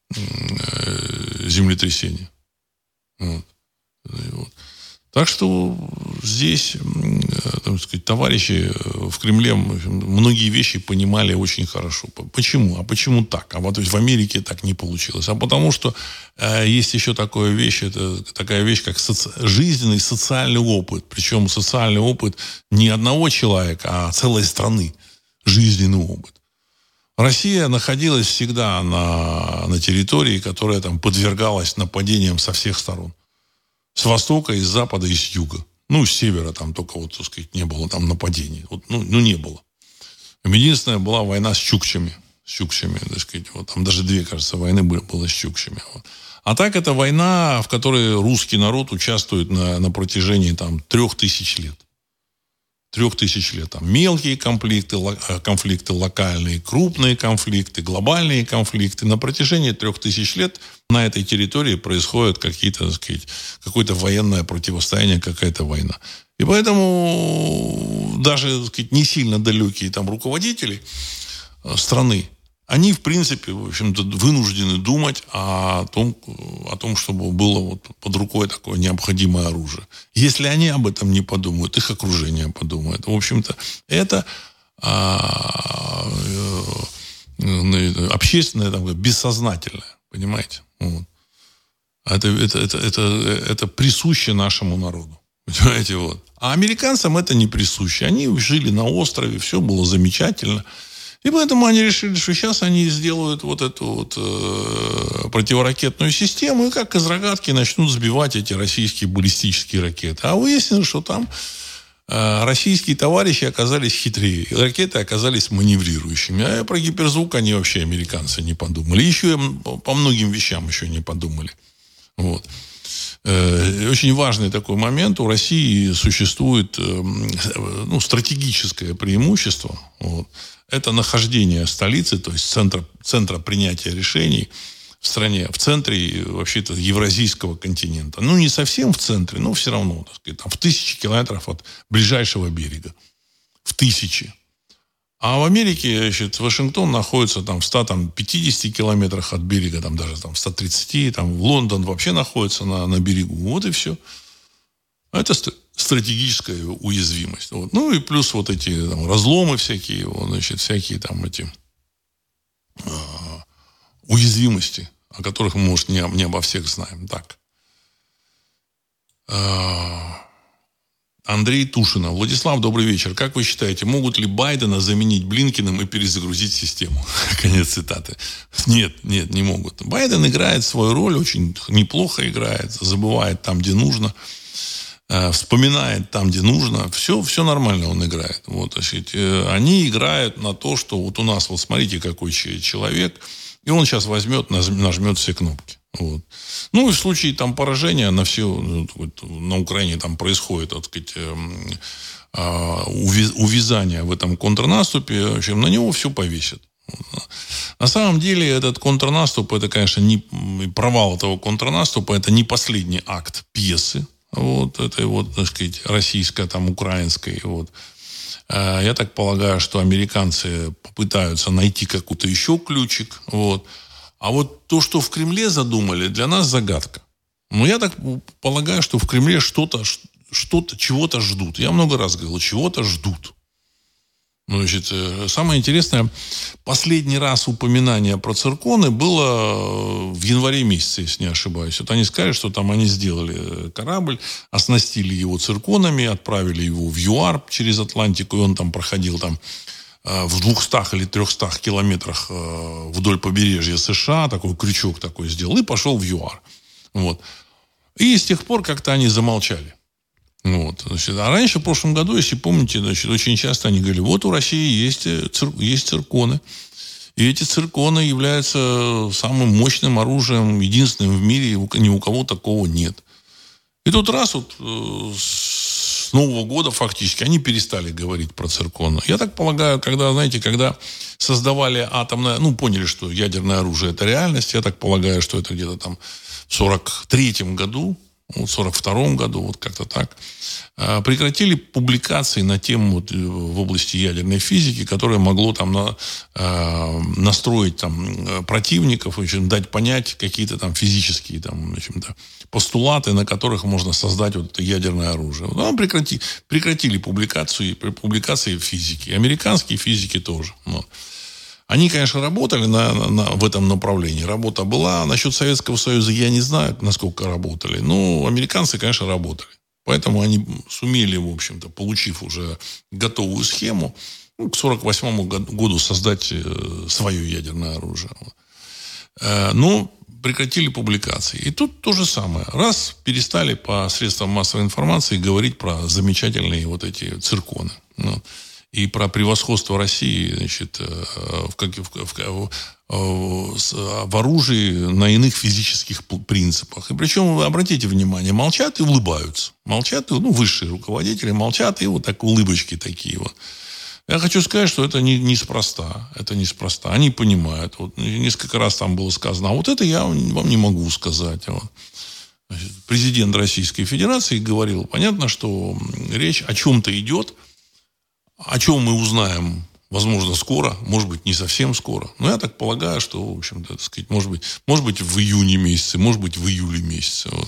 э, землетрясения. Вот. Вот. Так что здесь, так сказать, товарищи в Кремле многие вещи понимали очень хорошо. Почему? А почему так? А вот, то есть в Америке так не получилось. А потому что э, есть еще такая вещь, это такая вещь, как соци... жизненный социальный опыт. Причем социальный опыт не одного человека, а целой страны. Жизненный опыт. Россия находилась всегда на, на территории, которая там подвергалась нападениям со всех сторон. С востока, из запада, и с юга. Ну, с севера там только, вот, так сказать, не было там нападений. Вот, ну, ну, не было. Единственная была война с чукчами. с чукчами, так сказать. Вот, там даже две, кажется, войны было, было с чукчами. Вот. А так это война, в которой русский народ участвует на, на протяжении там, трех тысяч лет. Трех тысяч лет. Там мелкие конфликты, ло, конфликты локальные, крупные конфликты, глобальные конфликты. На протяжении трех тысяч лет на этой территории происходит какие-то, так сказать, какое-то военное противостояние, какая-то война. И поэтому даже, так сказать, не сильно далекие там руководители страны, они, в принципе, в общем-то, вынуждены думать о том, о том, чтобы было вот под рукой такое необходимое оружие. Если они об этом не подумают, их окружение подумает. В общем-то, это а, а, общественное, там, бессознательное, понимаете? Вот. Это, это, это, это, это присуще нашему народу. Понимаете, вот. А американцам это не присуще. Они жили на острове, все было замечательно. И поэтому они решили, что сейчас они сделают вот эту вот э, противоракетную систему и как из рогатки начнут сбивать эти российские баллистические ракеты. А выяснилось, что там э, российские товарищи оказались хитрее. И ракеты оказались маневрирующими. А про гиперзвук они вообще, американцы, не подумали. Еще по многим вещам еще не подумали. Вот. Очень важный такой момент. У России существует ну, стратегическое преимущество. Вот. Это нахождение столицы, то есть центра, центра принятия решений в стране, в центре вообще-то евразийского континента. Ну, не совсем в центре, но все равно, так сказать, там, в тысячи километров от ближайшего берега. В тысячи. А в Америке, значит, Вашингтон находится там, в ста пятидесяти километрах от берега, там, даже там, в ста тридцати, там, Лондон вообще находится на, на берегу. Вот и все. Это стратегическая уязвимость. Вот. Ну и плюс вот эти там, разломы всякие, вот, значит, всякие там эти э, уязвимости, о которых мы, может, не, не обо всех знаем. Так. Э, Андрей Тушина. Владислав, добрый вечер. Как вы считаете, могут ли Байдена заменить Блинкеном и перезагрузить систему? Конец цитаты. Нет, нет, не могут. Байден играет свою роль, очень неплохо играет, забывает там, где нужно, э, вспоминает там, где нужно. Все, все нормально он играет. Вот, значит, э, они играют на то, что вот у нас, вот смотрите, какой человек, и он сейчас возьмет, нажмет все кнопки. Вот. Ну и в случае там поражения на все, на Украине там происходит, так сказать, увязание в этом контрнаступе, в общем, на него все повесят. На самом деле этот контрнаступ, это, конечно, не провал этого контрнаступа, это не последний акт пьесы, вот этой вот, так сказать, российской, там, украинской, вот. Я так полагаю, что американцы попытаются найти какой-то еще ключик, вот. А вот то, что в Кремле задумали, для нас загадка. Но я так полагаю, что в Кремле что-то, что-то, чего-то ждут. Я много раз говорил, чего-то ждут. Значит, самое интересное, последний раз упоминание про цирконы было в январе месяце, если не ошибаюсь. Вот они сказали, что там они сделали корабль, оснастили его цирконами, отправили его в ЮАР через Атлантику, и он там проходил там в двухстах или трехстах километрах вдоль побережья США, такой крючок такой сделал, и пошел в ЮАР. Вот. И с тех пор как-то они замолчали. Вот. Значит, а раньше, в прошлом году, если помните, значит, очень часто они говорили, вот у России есть, цир, есть цирконы. И эти цирконы являются самым мощным оружием, единственным в мире, ни у кого такого нет. И тут раз вот с Нового года фактически они перестали говорить про цирконы. Я так полагаю, когда, знаете, когда создавали атомное, ну, поняли, что ядерное оружие – это реальность, я так полагаю, что это где-то там в сорок третьем году, вот в сорок втором году, вот как-то так, прекратили публикации на тему вот, в области ядерной физики, которое могло там на, настроить там противников, в общем, дать понять какие-то там физические там, в общем-то, постулаты, на которых можно создать вот это ядерное оружие. Вот, прекрати, прекратили публикацию, публикации физики. Американские физики тоже. Вот. Они, конечно, работали на, на, в этом направлении. Работа была. Насчет Советского Союза я не знаю, насколько работали. Но американцы, конечно, работали. Поэтому они сумели, в общем-то, получив уже готовую схему, ну, к сорок восьмому году создать свое ядерное оружие. Но прекратили публикации. И тут то же самое. Раз перестали по средствам массовой информации говорить про замечательные вот эти цирконы. Ну, и про превосходство России, значит, в, как, в, в, в оружии на иных физических принципах. И причем, вы обратите внимание, молчат и улыбаются. Молчат, и, ну, высшие руководители молчат, и вот так улыбочки такие вот. Я хочу сказать, что это не, неспроста. Это неспроста. Они понимают. Вот несколько раз там было сказано, а вот это я вам не могу сказать. Вот. Президент Российской Федерации говорил, понятно, что речь о чем-то идет, о чем мы узнаем, возможно, скоро, может быть, не совсем скоро. Но я так полагаю, что, в общем-то, так сказать, может быть, может быть, в июне месяце, может быть, в июле месяце. Вот.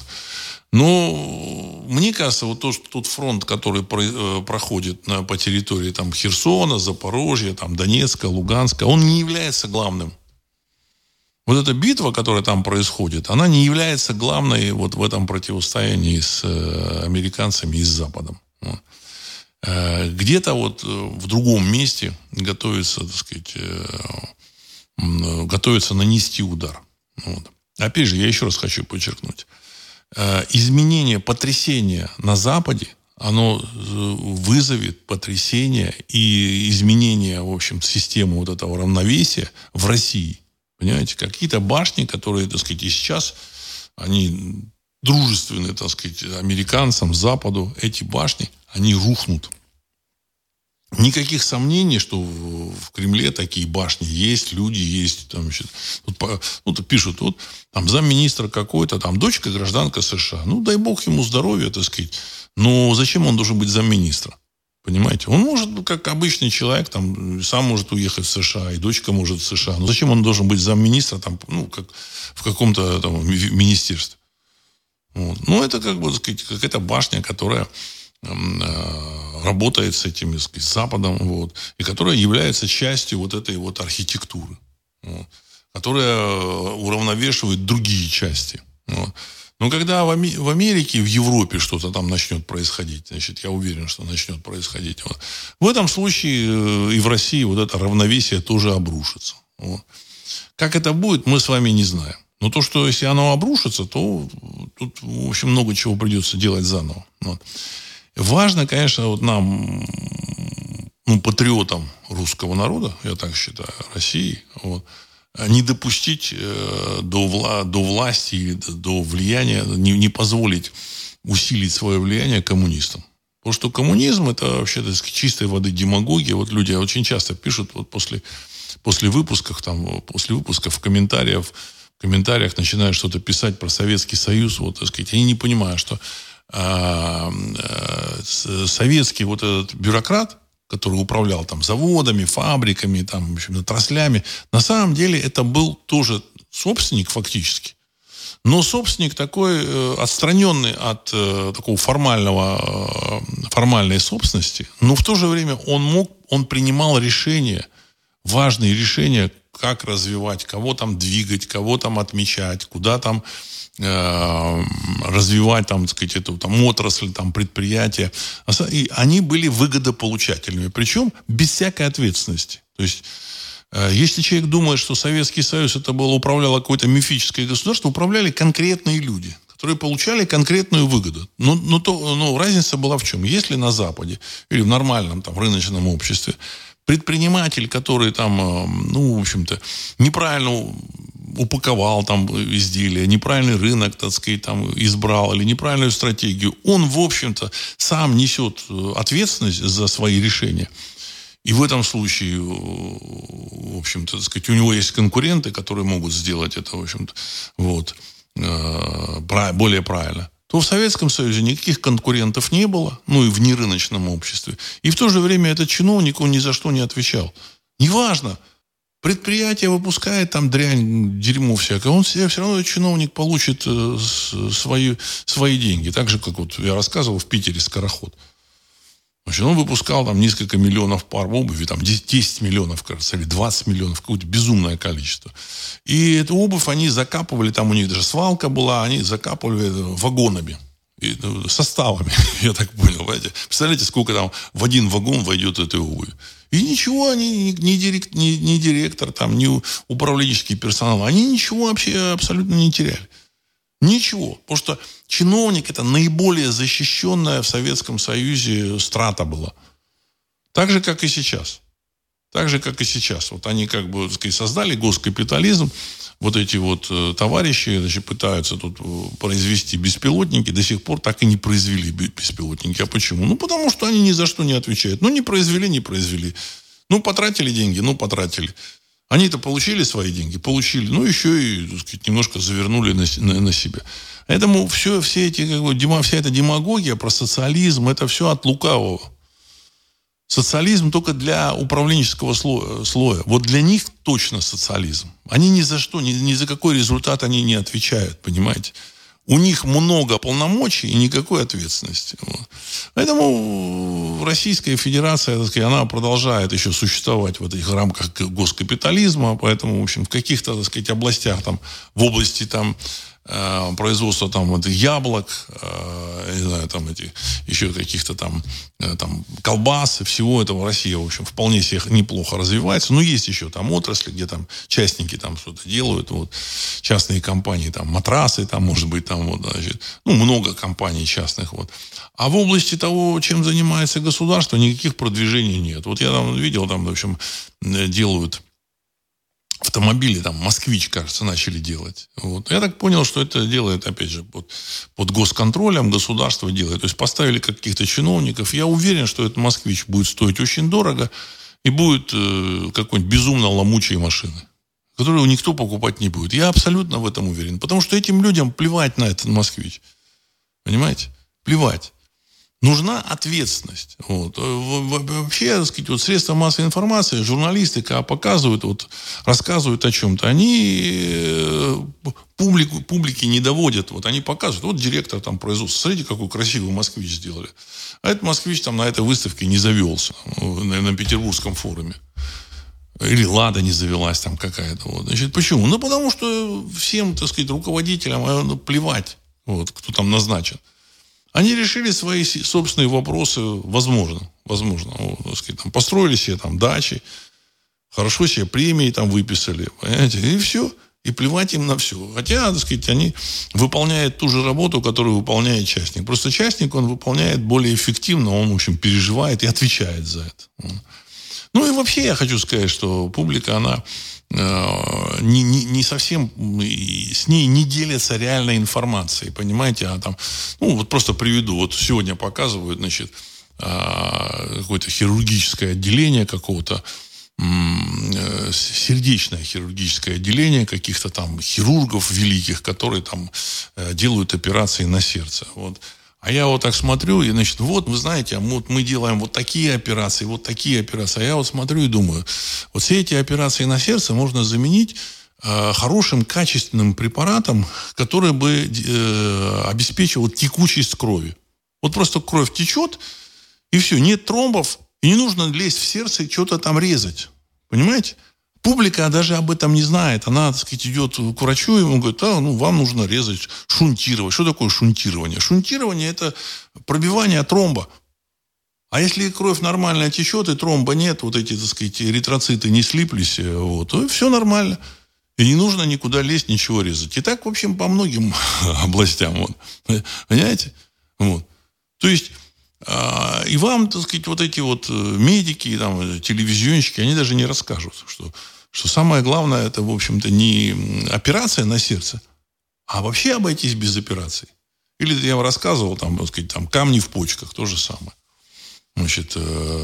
Но мне кажется, вот то, что тот фронт, который проходит на, по территории там, Херсона, Запорожья, там, Донецка, Луганска, он не является главным. Вот эта битва, которая там происходит, она не является главной вот в этом противостоянии с американцами и с Западом. Вот. Где-то вот в другом месте готовится, так сказать, готовится нанести удар. Вот. Опять же, я еще раз хочу подчеркнуть. Изменение, потрясение на Западе, оно вызовет потрясение и изменение, в общем, системы вот этого равновесия в России. Понимаете, какие-то башни, которые, так сказать, и сейчас, они дружественны, так сказать, американцам, Западу, эти башни, они рухнут. Никаких сомнений, что в Кремле такие башни есть, люди есть. Там, тут, ну, тут пишут, вот, там замминистра какой-то, там, дочка гражданка США. Ну, дай бог ему здоровья, так сказать. Но зачем он должен быть замминистра? Понимаете? Он может, как обычный человек, там, сам может уехать в США, и дочка может в США. Но зачем он должен быть замминистра, там, ну, как в каком-то там министерстве? Вот. Ну, это, как бы, так сказать, какая-то башня, которая работает с этим, так сказать, с Западом, вот, и которая является частью вот этой вот архитектуры, вот, которая уравновешивает другие части. Вот. Но когда в Америке, в Европе что-то там начнет происходить, значит, я уверен, что начнет происходить. Вот. В этом случае и в России вот это равновесие тоже обрушится. Вот. Как это будет, мы с вами не знаем. Но то, что если оно обрушится, то тут, в общем, много чего придется делать заново. Вот. Важно, конечно, вот нам, ну, патриотам русского народа, я так считаю, России, вот, не допустить э, до, вла, до власти, до влияния, не, не позволить усилить свое влияние коммунистам. Потому что коммунизм — это вообще, так сказать, чистой воды демагогия. Вот люди очень часто пишут вот после, после выпусков, там, после выпусков в комментариях, в комментариях начинают что-то писать про Советский Союз. Вот, так сказать, они не понимают, что советский вот этот бюрократ, который управлял там заводами, фабриками, там, в общем, отраслями, на самом деле это был тоже собственник фактически. Но собственник такой э, отстраненный от э, такого формального, э, формальной собственности, но в то же время он мог, он принимал решения, важные решения, как развивать, кого там двигать, кого там отмечать, куда там развивать, там, так сказать, эту там, отрасль, там, предприятия. И они были выгодополучателями. Причем без всякой ответственности. То есть, если человек думает, что Советский Союз это было, управляло какое-то мифическое государство, управляли конкретные люди, которые получали конкретную выгоду. Но, но, то, но разница была в чем? Если на Западе или в нормальном там, рыночном обществе предприниматель, который там, ну, в общем-то, неправильно упаковал там изделие, неправильный рынок, так сказать, там избрал или неправильную стратегию, он, в общем-то, сам несет ответственность за свои решения. И в этом случае, в общем-то, так сказать, у него есть конкуренты, которые могут сделать это, в общем-то, вот, более правильно. То в Советском Союзе никаких конкурентов не было, ну и в нерыночном обществе. И в то же время этот чиновник, он ни за что не отвечал. Неважно, предприятие выпускает там дрянь, дерьмо всякое, он все, все равно чиновник получит э, свои, свои деньги. Так же, как вот я рассказывал в Питере скороход. Значит, он выпускал там несколько миллионов пар обуви, там десять миллионов, кажется, или двадцать миллионов, какое-то безумное количество. И эту обувь они закапывали, там у них даже свалка была, они закапывали вагонами, и, составами, я так понял, понимаете? Представляете, сколько там в один вагон войдет этой обуви. И ничего, они, ни, директ, ни, ни директор, там, ни управленческий персонал, они ничего вообще абсолютно не теряли. Ничего. Потому что чиновник — это наиболее защищенная в Советском Союзе страта была. Так же, как и сейчас. Так же, как и сейчас. Вот они как бы, так сказать, создали госкапитализм. Вот эти вот э, товарищи, значит, пытаются тут произвести беспилотники. До сих пор так и не произвели беспилотники. А почему? Ну, потому что они ни за что не отвечают. Ну, не произвели, не произвели. Ну, потратили деньги, ну, потратили. Они-то получили свои деньги? Получили. Ну, еще и, так сказать, немножко завернули на, на, на себя. Поэтому все, все эти, как бы, дема, вся эта демагогия про социализм, это все от лукавого. Социализм только для управленческого слоя, слоя. Вот для них точно социализм. Они ни за что, ни, ни за какой результат они не отвечают, понимаете? У них много полномочий и никакой ответственности. Вот. Поэтому Российская Федерация, так сказать, она продолжает еще существовать в этих рамках госкапитализма. Поэтому, в общем, в каких-то, так сказать, областях, там, в области там, э, производства там, этих яблок, э, не знаю, там, эти, еще каких-то там, э, там колбас и всего этого Россия, в общем, вполне себе неплохо развивается. Но есть еще там отрасли, где там частники там что-то делают. Вот, частные компании, там, матрасы, там, может быть, там, вот, значит, ну, много компаний частных. Вот. А в области того, чем занимается государство, никаких продвижений нет. Вот я там видел, там, в общем, делают автомобили, там, «Москвич», кажется, начали делать. Вот. Я так понял, что это делает, опять же, под, под госконтролем, государство делает. То есть поставили каких-то чиновников. Я уверен, что этот «Москвич» будет стоить очень дорого и будет э, какой-нибудь безумно ломучей машины, которую никто покупать не будет. Я абсолютно в этом уверен. Потому что этим людям плевать на этот «Москвич». Понимаете? Плевать. Нужна ответственность. Вот. Вообще, так сказать, вот средства массовой информации, журналисты, когда показывают, вот, рассказывают о чем-то, они публику, публике не доводят. Вот они показывают, вот директор там производства, смотрите, какой красивый «Москвич» сделали. А этот «Москвич» там на этой выставке не завелся, на, на Петербургском форуме. Или «Лада» не завелась там какая-то. Вот. Значит, почему? Ну, потому что всем, так сказать, руководителям ну, плевать, вот, кто там назначен. Они решили свои собственные вопросы, возможно, возможно, вот, так сказать, там, построили себе там дачи, хорошо себе премии там выписали, понимаете, и все, и плевать им на все. Хотя, так сказать, они выполняют ту же работу, которую выполняет частник. Просто частник, он выполняет более эффективно, он, в общем, переживает и отвечает за это. Ну и вообще я хочу сказать, что публика, она Не, не, не совсем с ней не делятся реальной информацией, понимаете, а там, ну, вот просто приведу, вот сегодня показывают, значит, какое-то хирургическое отделение какого-то, сердечное хирургическое отделение каких-то там хирургов великих, которые там делают операции на сердце, вот. А я вот так смотрю, и, значит, вот, вы знаете, вот мы делаем вот такие операции, вот такие операции. А я вот смотрю и думаю, вот все эти операции на сердце можно заменить э, хорошим, качественным препаратом, который бы э, обеспечивал текучесть крови. Вот просто кровь течет, и все, нет тромбов, и не нужно лезть в сердце и что-то там резать. Понимаете? Публика даже об этом не знает. Она, так сказать, идет к врачу, и ему говорит, а, ну, вам нужно резать, шунтировать. Что такое шунтирование? Шунтирование – это пробивание тромба. А если кровь нормально течет, и тромба нет, вот эти, так сказать, эритроциты не слиплись, вот, то все нормально. И не нужно никуда лезть, ничего резать. И так, в общем, по многим областям. Вот. Понимаете? Вот. То есть, и вам, так сказать, вот эти вот медики, там, телевизионщики, они даже не расскажут, что, что самое главное, это, в общем-то, не операция на сердце, а вообще обойтись без операции. Или я вам рассказывал, там, так сказать, там, камни в почках, то же самое. Значит,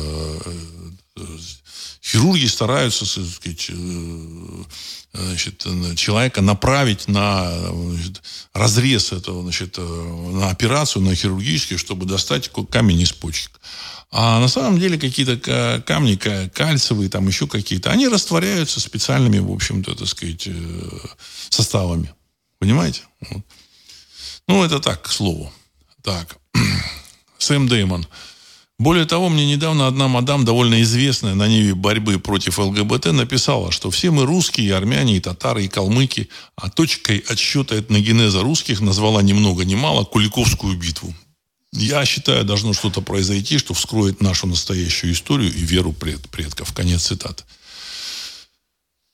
хирурги стараются, так сказать, значит, человека направить на, значит, разрез этого, значит, на операцию, на хирургическую, чтобы достать камень из почек. А на самом деле какие-то камни, кальциевые, там еще какие-то, они растворяются специальными, в общем-то, так сказать, составами. Понимаете? Вот. Ну, это так, к слову. Так. Сэм Дэймон. Более того, мне недавно одна мадам, довольно известная на ниве борьбы против ЛГБТ, написала, что все мы русские, и армяне, и татары, и калмыки, а точкой отсчета этногенеза русских назвала ни много ни мало Куликовскую битву. Я считаю, должно что-то произойти, что вскроет нашу настоящую историю и веру пред, предков. Конец цитаты.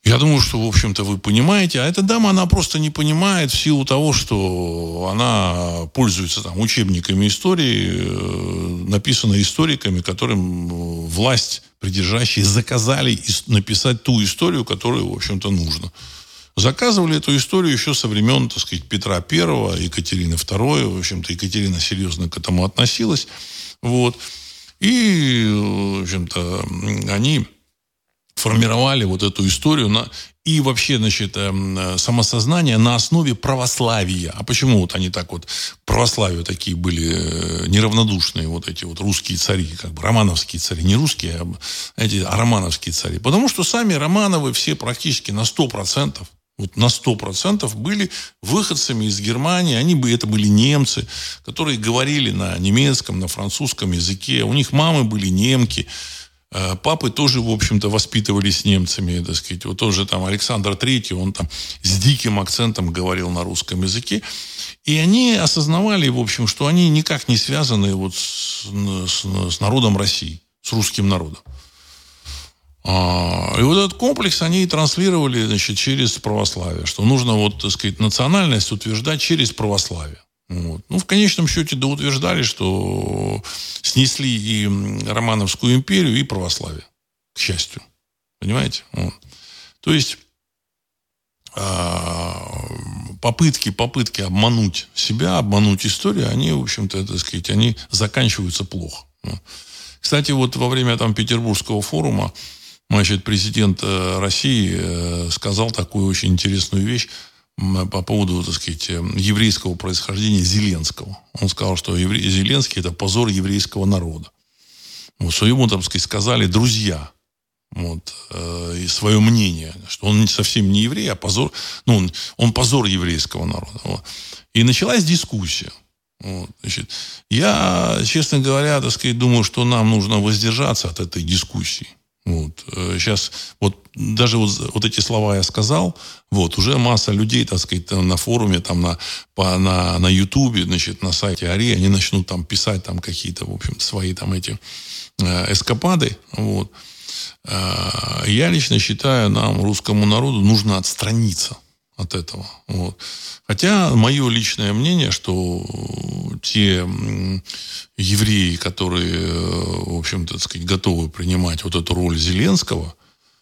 Я думаю, что, в общем-то, вы понимаете. А эта дама, она просто не понимает в силу того, что она пользуется там учебниками истории, написанными историками, которым власть придержащие заказали написать ту историю, которую, в общем-то, нужно. Заказывали эту историю еще со времен, так сказать, Петра Первого, Екатерины Второй. В общем-то, Екатерина серьезно к этому относилась. Вот. И, в общем-то, они формировали вот эту историю на, и вообще, значит, самосознание на основе православия. А почему вот они так вот, к православию такие были неравнодушные, вот эти вот русские цари, как бы романовские цари, не русские, а эти, а романовские цари? Потому что сами Романовы все практически на сто процентов, вот на сто процентов были выходцами из Германии. Они бы, это были немцы, которые говорили на немецком, на французском языке. У них мамы были немки. Папы тоже, в общем-то, воспитывались немцами, так сказать. Вот тоже там Александр Третий, он там с диким акцентом говорил на русском языке. И они осознавали, в общем, что они никак не связаны вот с, с, с народом России, с русским народом. И вот этот комплекс они и транслировали, значит, через православие, что нужно, вот, так сказать, национальность утверждать через православие. Вот. Ну, в конечном счете доутверждали, что снесли и Романовскую империю, и православие, к счастью. Понимаете? Вот. То есть попытки, попытки обмануть себя, обмануть историю, они, в общем-то, так сказать, они заканчиваются плохо. Кстати, вот во время там Петербургского форума, значит, президент России сказал такую очень интересную вещь по поводу, так сказать, еврейского происхождения Зеленского. Он сказал, что евре... Зеленский – это позор еврейского народа. Вот, что ему, так сказать, сказали друзья, вот, э, и свое мнение, что он совсем не еврей, а позор, ну, он, он позор еврейского народа. Вот. И началась дискуссия. Вот, значит, я, честно говоря, так сказать, думаю, что нам нужно воздержаться от этой дискуссии. Вот. Сейчас вот даже вот, вот эти слова я сказал, вот, уже масса людей, так сказать, там, на форуме, там, на, по, на, на Ютубе, значит, на сайте Ари, они начнут там писать там какие-то, в общем, свои там эти э, эскапады. Вот. Э, я лично считаю, нам, русскому народу, нужно отстраниться от этого. Вот. Хотя мое личное мнение, что те евреи, которые, в общем-то, так сказать, готовы принимать вот эту роль Зеленского,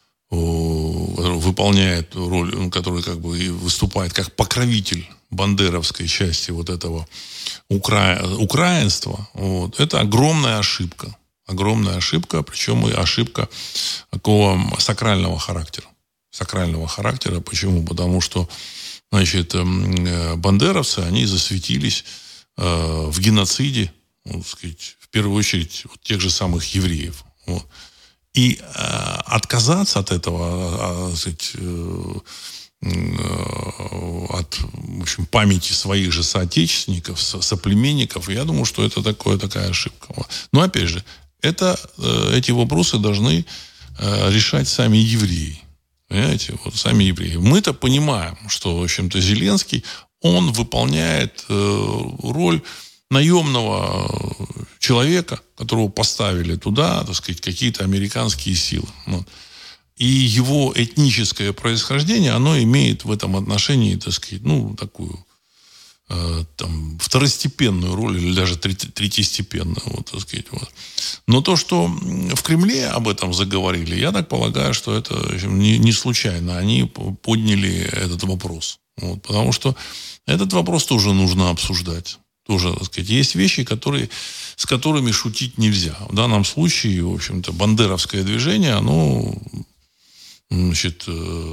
выполняет роль, который как бы выступает как покровитель бандеровской части вот этого укра... украинства, вот, это огромная ошибка. Огромная ошибка, причем и ошибка такого сакрального характера. Сакрального характера. Почему? Потому что, значит, бандеровцы, они засветились э, в геноциде, вот, сказать, в первую очередь, вот, тех же самых евреев. Вот. И э, отказаться от этого, э, сказать, э, э, от, в общем, памяти своих же соотечественников, со, соплеменников, я думаю, что это такое, такая ошибка. Вот. Но, опять же, это, э, эти вопросы должны э, решать сами евреи. Понимаете, вот сами евреи. Мы-то понимаем, что, в общем-то, Зеленский, он выполняет э, роль наемного человека, которого поставили туда, так сказать, какие-то американские силы. Вот. И его этническое происхождение, оно имеет в этом отношении, так сказать, ну, такую э, там, второстепенную роль или даже третьестепенную. Вот, так сказать, вот. Но то, что в Кремле об этом заговорили, я так полагаю, что это не, не случайно. Они подняли этот вопрос. Вот, потому что этот вопрос тоже нужно обсуждать. Тоже, так сказать, есть вещи, которые, с которыми шутить нельзя. В данном случае, в общем-то, бандеровское движение, оно, значит,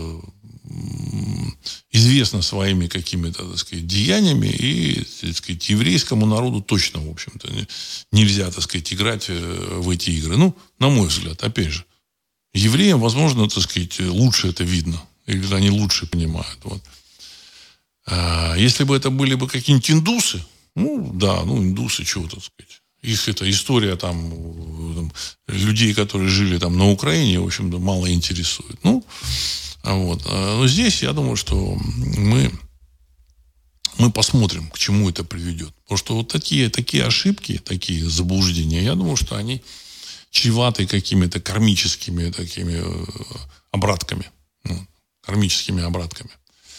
известно своими какими-то, так сказать, деяниями, и, так сказать, еврейскому народу точно, в общем-то, нельзя, так сказать, играть в эти игры. Ну, на мой взгляд, опять же, евреям, возможно, так сказать, лучше это видно, или они лучше понимают. Вот. А если бы это были бы какие-нибудь индусы, ну, да, ну, индусы, чего, так сказать. Их эта история там, там людей, которые жили там на Украине, в общем-то, мало интересует. Ну, вот. Но здесь, я думаю, что мы, мы посмотрим, к чему это приведет. Потому что вот такие, такие ошибки, такие заблуждения, я думаю, что они чреваты какими-то кармическими такими обратками. кармическими обратками.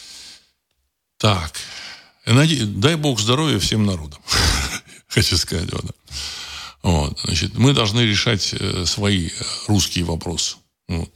Так. Дай Бог здоровья всем народам. Хочу сказать. Вот. Вот. Значит, мы должны решать свои русские вопросы. Вот.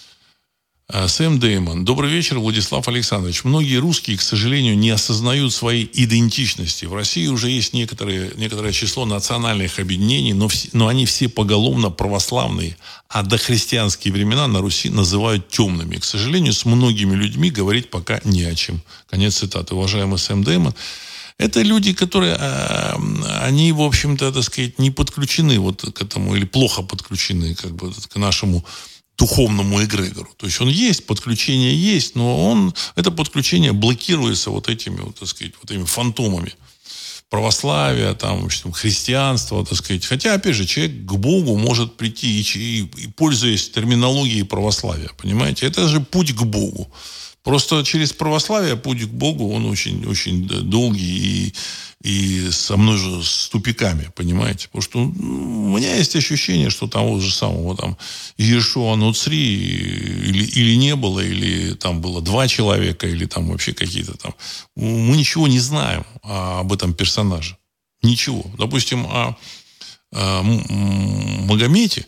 Сэм Дэймон. Добрый вечер, Владислав Александрович. Многие русские, к сожалению, не осознают своей идентичности. В России уже есть некоторые, некоторое число национальных объединений, но, все, но они все поголовно православные. А дохристианские времена на Руси называют темными. К сожалению, с многими людьми говорить пока не о чем. Конец цитаты. Уважаемый Сэм Дэймон. Это люди, которые, они, в общем-то, так сказать, не подключены вот к этому, или плохо подключены как бы, к нашему духовному эгрегору. То есть он есть, подключение есть, но он, это подключение блокируется вот этими, вот, так сказать, вот этими фантомами православия, там, в общем, христианства, так сказать. Хотя, опять же, человек к Богу может прийти, и, и, и пользуясь терминологией православия, понимаете? Это же путь к Богу. Просто через православие путь к Богу, он очень, очень долгий и, и со множеством с тупиками, понимаете? Потому что ну, у меня есть ощущение, что того же самого там Иешуа Нуцри или, или не было, или там было два человека, или там вообще какие-то там... Мы ничего не знаем об этом персонаже. Ничего. Допустим, о, о Магомете,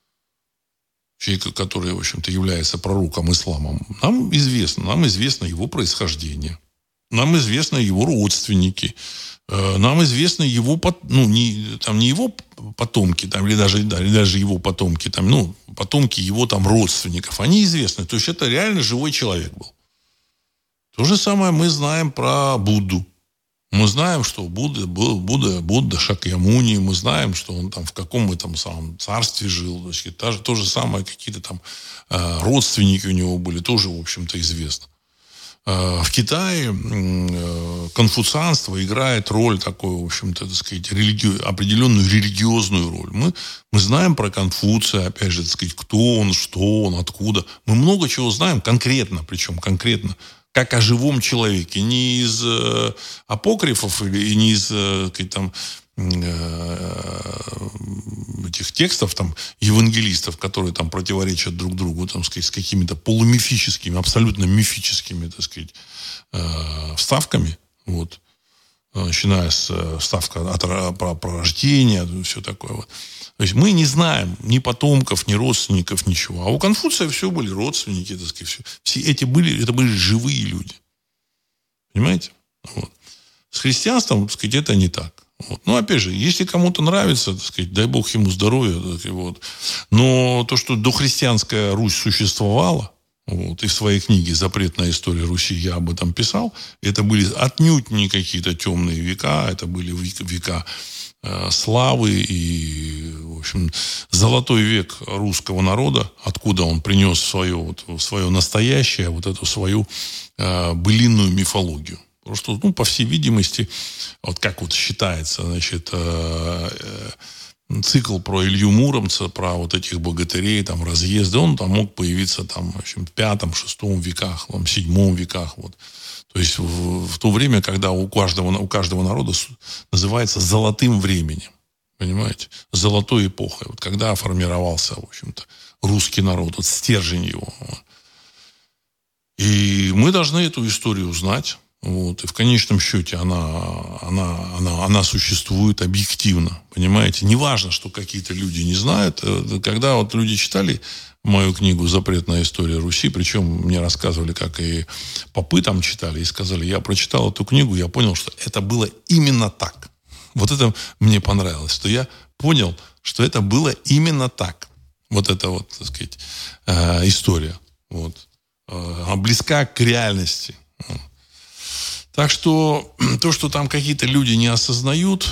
человек, который, в общем-то, является пророком ислама, нам известно, нам известно его происхождение, нам известны его родственники, нам известны его, ну, не, там, не его потомки, там, или, даже, да, или даже его потомки, там, ну, потомки его там родственников, они известны. То есть это реально живой человек был. То же самое мы знаем про Будду. Мы знаем, что Будда был Будда, Будда Шакьямуни, мы знаем, что он там в каком этом самом царстве жил. То, есть, то, то же самое, какие-то там э, родственники у него были, тоже, в общем-то, известно. Э, в Китае э, конфуцианство играет роль такой, в общем-то, так сказать, религи... определенную религиозную роль. Мы, мы знаем про Конфуция, опять же, так сказать, кто он, что он, откуда. Мы много чего знаем конкретно, причем конкретно, как о живом человеке, не из э, апокрифов или не из э, там, э, этих текстов там, евангелистов, которые там противоречат друг другу, там, сказать, с какими-то полумифическими, абсолютно мифическими, так сказать, э, вставками, вот, начиная с э, вставка от, про, про рождение, все такое вот. То есть мы не знаем ни потомков, ни родственников, ничего. А у Конфуция все были родственники, так сказать, все. Все эти были, это были живые люди. Понимаете? Вот. С христианством, так сказать, это не так. Вот. Но, опять же, если кому-то нравится, так сказать, дай Бог ему здоровья. Так сказать, вот. Но то, что дохристианская Русь существовала, вот, и в своей книге «Запретная история Руси» я об этом писал, это были отнюдь не какие-то темные века, это были века славы и, в общем, золотой век русского народа, откуда он принес свое, вот, свое настоящее, вот эту свою э, былинную мифологию. Потому что, ну, по всей видимости, вот как вот считается, значит, э, э, цикл про Илью Муромца, про вот этих богатырей, там, разъезды, он там мог появиться там, в общем, в пятом, шестом веках, там, седьмом веках, вот. То есть в, в то время, когда у каждого, у каждого народа называется золотым временем. Понимаете? Золотой эпохой. Вот когда формировался, в общем-то, русский народ, вот стержень его. И мы должны эту историю знать. Вот, и в конечном счете она, она, она, она существует объективно. Понимаете? Не важно, что какие-то люди не знают. Когда вот люди читали мою книгу «Запретная история Руси», причем мне рассказывали, как и попы там читали, и сказали, я прочитал эту книгу, я понял, что это было именно так. Вот это мне понравилось, что я понял, что это было именно так. Вот эта вот, так сказать, история. Вот. Близка к реальности. Так что то, что там какие-то люди не осознают,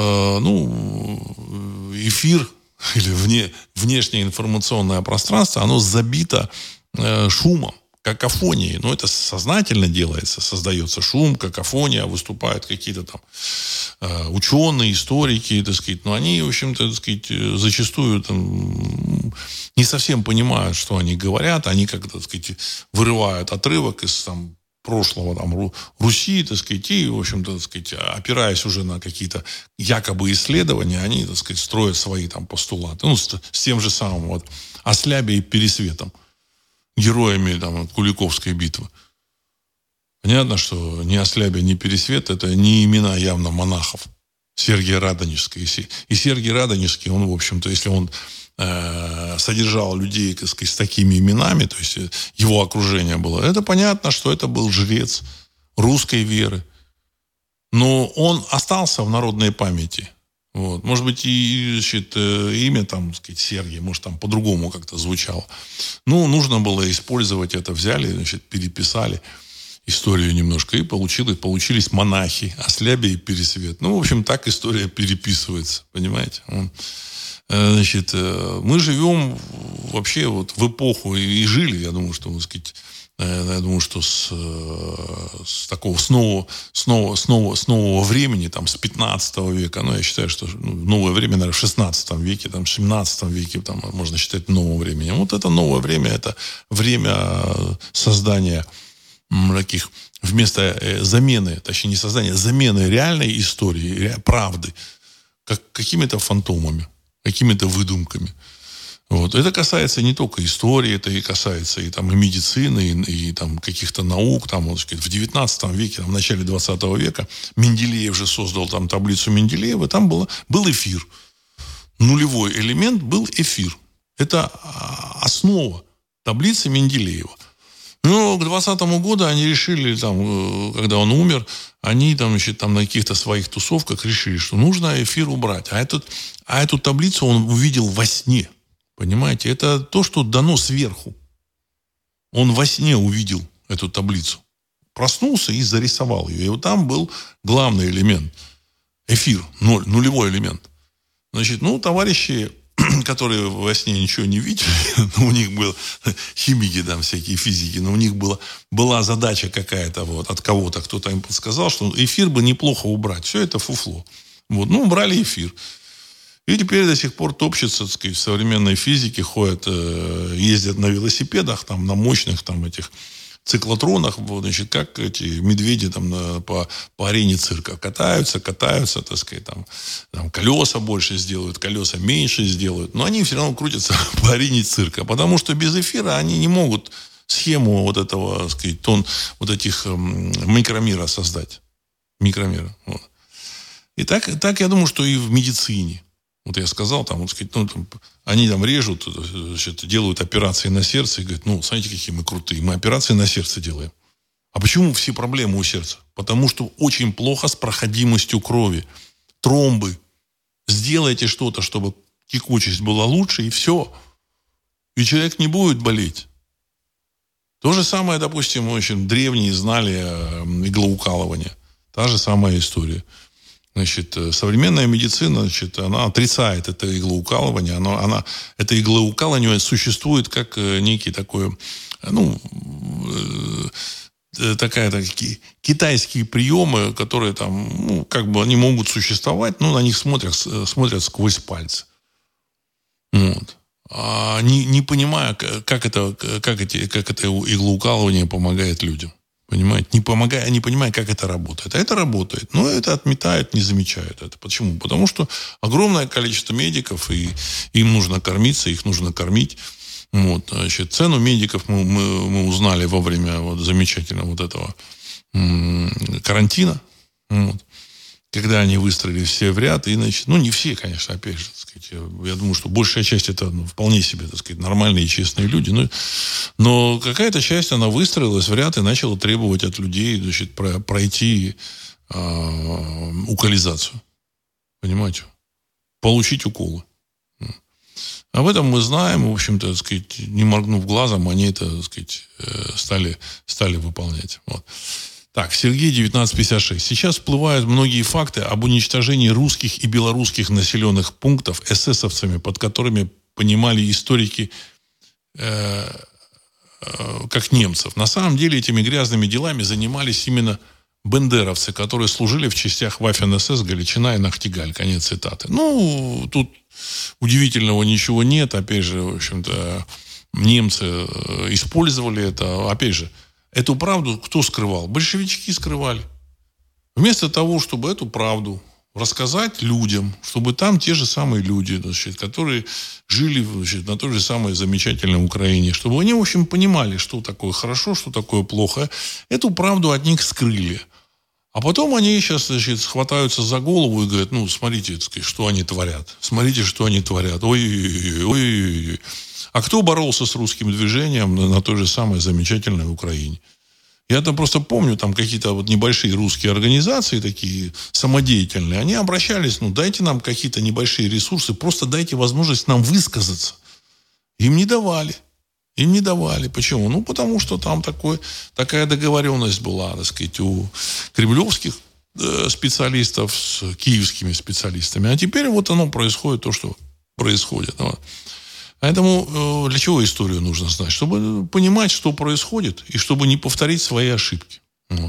ну, эфир или вне, внешнее информационное пространство, оно забито э, шумом, какофонией. Но это сознательно делается, создается шум, какофония, выступают какие-то там э, ученые, историки, так сказать. Но они, в общем-то, так сказать, зачастую там, не совсем понимают, что они говорят. Они, как, так сказать, вырывают отрывок из там, прошлого там, Руси, так сказать, и, в общем-то, так сказать, опираясь уже на какие-то якобы исследования, они, так сказать, строят свои там постулаты. Ну, с, с тем же самым вот Ослябе и Пересветом. героями там, Куликовской битвы. Понятно, что ни Ослябя, ни Пересвет – это не имена явно монахов. Сергий Радонежский. И Сергий Радонежский, он, в общем-то, если он э, содержал людей, так сказать, с такими именами, то есть его окружение было, это понятно, что это был жрец русской веры. Но он остался в народной памяти. Вот. Может быть, и значит, имя там, так сказать, Сергий, может, там по-другому как-то звучало. Ну, нужно было использовать это. Взяли, значит, переписали историю немножко, и получилось, получились монахи, Ослябя и Пересвет. Ну, в общем, так история переписывается, понимаете? Значит, мы живем вообще вот в эпоху, и жили, я думаю, что, так сказать, я думаю, что с, с такого с нового, с, нового, с, нового, с нового времени, там, с пятнадцатого века, ну, я считаю, что ну, новое время, наверное, в шестнадцатом веке, там, в семнадцатом веке, там, можно считать новым временем. Вот это новое время, это время создания таких, вместо замены, точнее, не создания, замены реальной истории, правды, как какими-то фантомами, какими-то выдумками. Вот. Это касается не только истории, это и касается и, там, и медицины, и, и там, каких-то наук. Там, вот, сказать, в девятнадцатом веке, там, в начале двадцатого века Менделеев же создал там, таблицу Менделеева, там было, был эфир. Нулевой элемент был эфир. Это основа таблицы Менделеева. Но к двадцатому году они решили, там, когда он умер, они там, значит, там, на каких-то своих тусовках решили, что нужно эфир убрать. А, этот, а эту таблицу он увидел во сне. Понимаете? Это то, что дано сверху. Он во сне увидел эту таблицу. Проснулся и зарисовал ее. И вот там был главный элемент. Эфир. Ноль, нулевой элемент. Значит, ну, товарищи, которые во сне ничего не видели, у них был химики там всякие, физики, но у них была, была задача какая-то вот, от кого-то, кто-то им подсказал, что эфир бы неплохо убрать. Все это фуфло. Вот. Ну, убрали эфир. И теперь до сих пор топчутся, так сказать, в современной физике, ходят, э, ездят на велосипедах, там, на мощных там, этих циклотронах, вот, значит, как эти медведи там, на, по, по арене цирка катаются, катаются, так сказать, там, там колеса больше сделают, колеса меньше сделают, но они все равно крутятся по арене цирка, потому что без эфира они не могут схему вот этого, так сказать, тон, вот этих эм, микромира создать. Микромира. Вот. И так, так я думаю, что и в медицине. Вот я сказал, там, вот, сказать, ну, там, они там режут, значит, делают операции на сердце и говорят, ну, смотрите, какие мы крутые, мы операции на сердце делаем. А почему все проблемы у сердца? Потому что очень плохо с проходимостью крови. Тромбы. Сделайте что-то, чтобы текучесть была лучше, и все. И человек не будет болеть. То же самое, допустим, очень древние знали иглоукалывание. Та же самая история. Значит, современная медицина, значит, она отрицает это иглоукалывание. Она, она, это иглоукалывание существует как некий такой, ну, э, такая, такие китайские приемы, которые там, ну, как бы они могут существовать, но на них смотрят, смотрят сквозь пальцы. Вот. А не, не понимая, как это, как, эти, как это иглоукалывание помогает людям. Понимаете? Не помогая, не понимая, как это работает. А это работает. Но это отметают, не замечают это. Почему? Потому что огромное количество медиков, и им нужно кормиться, их нужно кормить. Вот. Значит, цену медиков мы, мы, мы узнали во время вот, замечательного вот этого м- карантина. Вот. Когда они выстроили все в ряд, и, значит, ну, не все, конечно, опять же, так сказать, я, я думаю, что большая часть это ну, вполне себе, так сказать, нормальные и честные люди, но, но какая-то часть, она выстроилась в ряд и начала требовать от людей, значит, про, пройти э, укализацию. Понимаете? Получить уколы. Об этом мы знаем, в общем-то, так сказать, не моргнув глазом, они это, так сказать, стали, стали выполнять. Вот. Так, Сергей, девятнадцать пятьдесят шесть. Сейчас всплывают многие факты об уничтожении русских и белорусских населенных пунктов эсэсовцами, под которыми понимали историки э, э, как немцев. На самом деле этими грязными делами занимались именно бендеровцы, которые служили в частях Waffen-эс эс Галичина и Нахтигаль. Конец цитаты. Ну, тут удивительного ничего нет. Опять же, в общем-то, немцы использовали это. Опять же, эту правду кто скрывал? Большевички скрывали. Вместо того, чтобы эту правду рассказать людям, чтобы там те же самые люди, значит, которые жили, значит, на той же самой замечательной Украине, чтобы они, в общем, понимали, что такое хорошо, что такое плохо. Эту правду от них скрыли. А потом они сейчас, значит, схватаются за голову и говорят, ну, смотрите, так сказать, что они творят. Смотрите, что они творят. Ой-ой-ой, ой-ой-ой. А кто боролся с русским движением на, на той же самой замечательной Украине? Я там просто помню, там какие-то вот небольшие русские организации, такие самодеятельные, они обращались, ну, дайте нам какие-то небольшие ресурсы, просто дайте возможность нам высказаться. Им не давали. Им не давали. Почему? Ну, потому что там такой, такая договоренность была, так сказать, у кремлевских э, специалистов с киевскими специалистами. А теперь вот оно происходит, то, что происходит. Вот. Поэтому э, для чего историю нужно знать? Чтобы понимать, что происходит, и чтобы не повторить свои ошибки. Вот.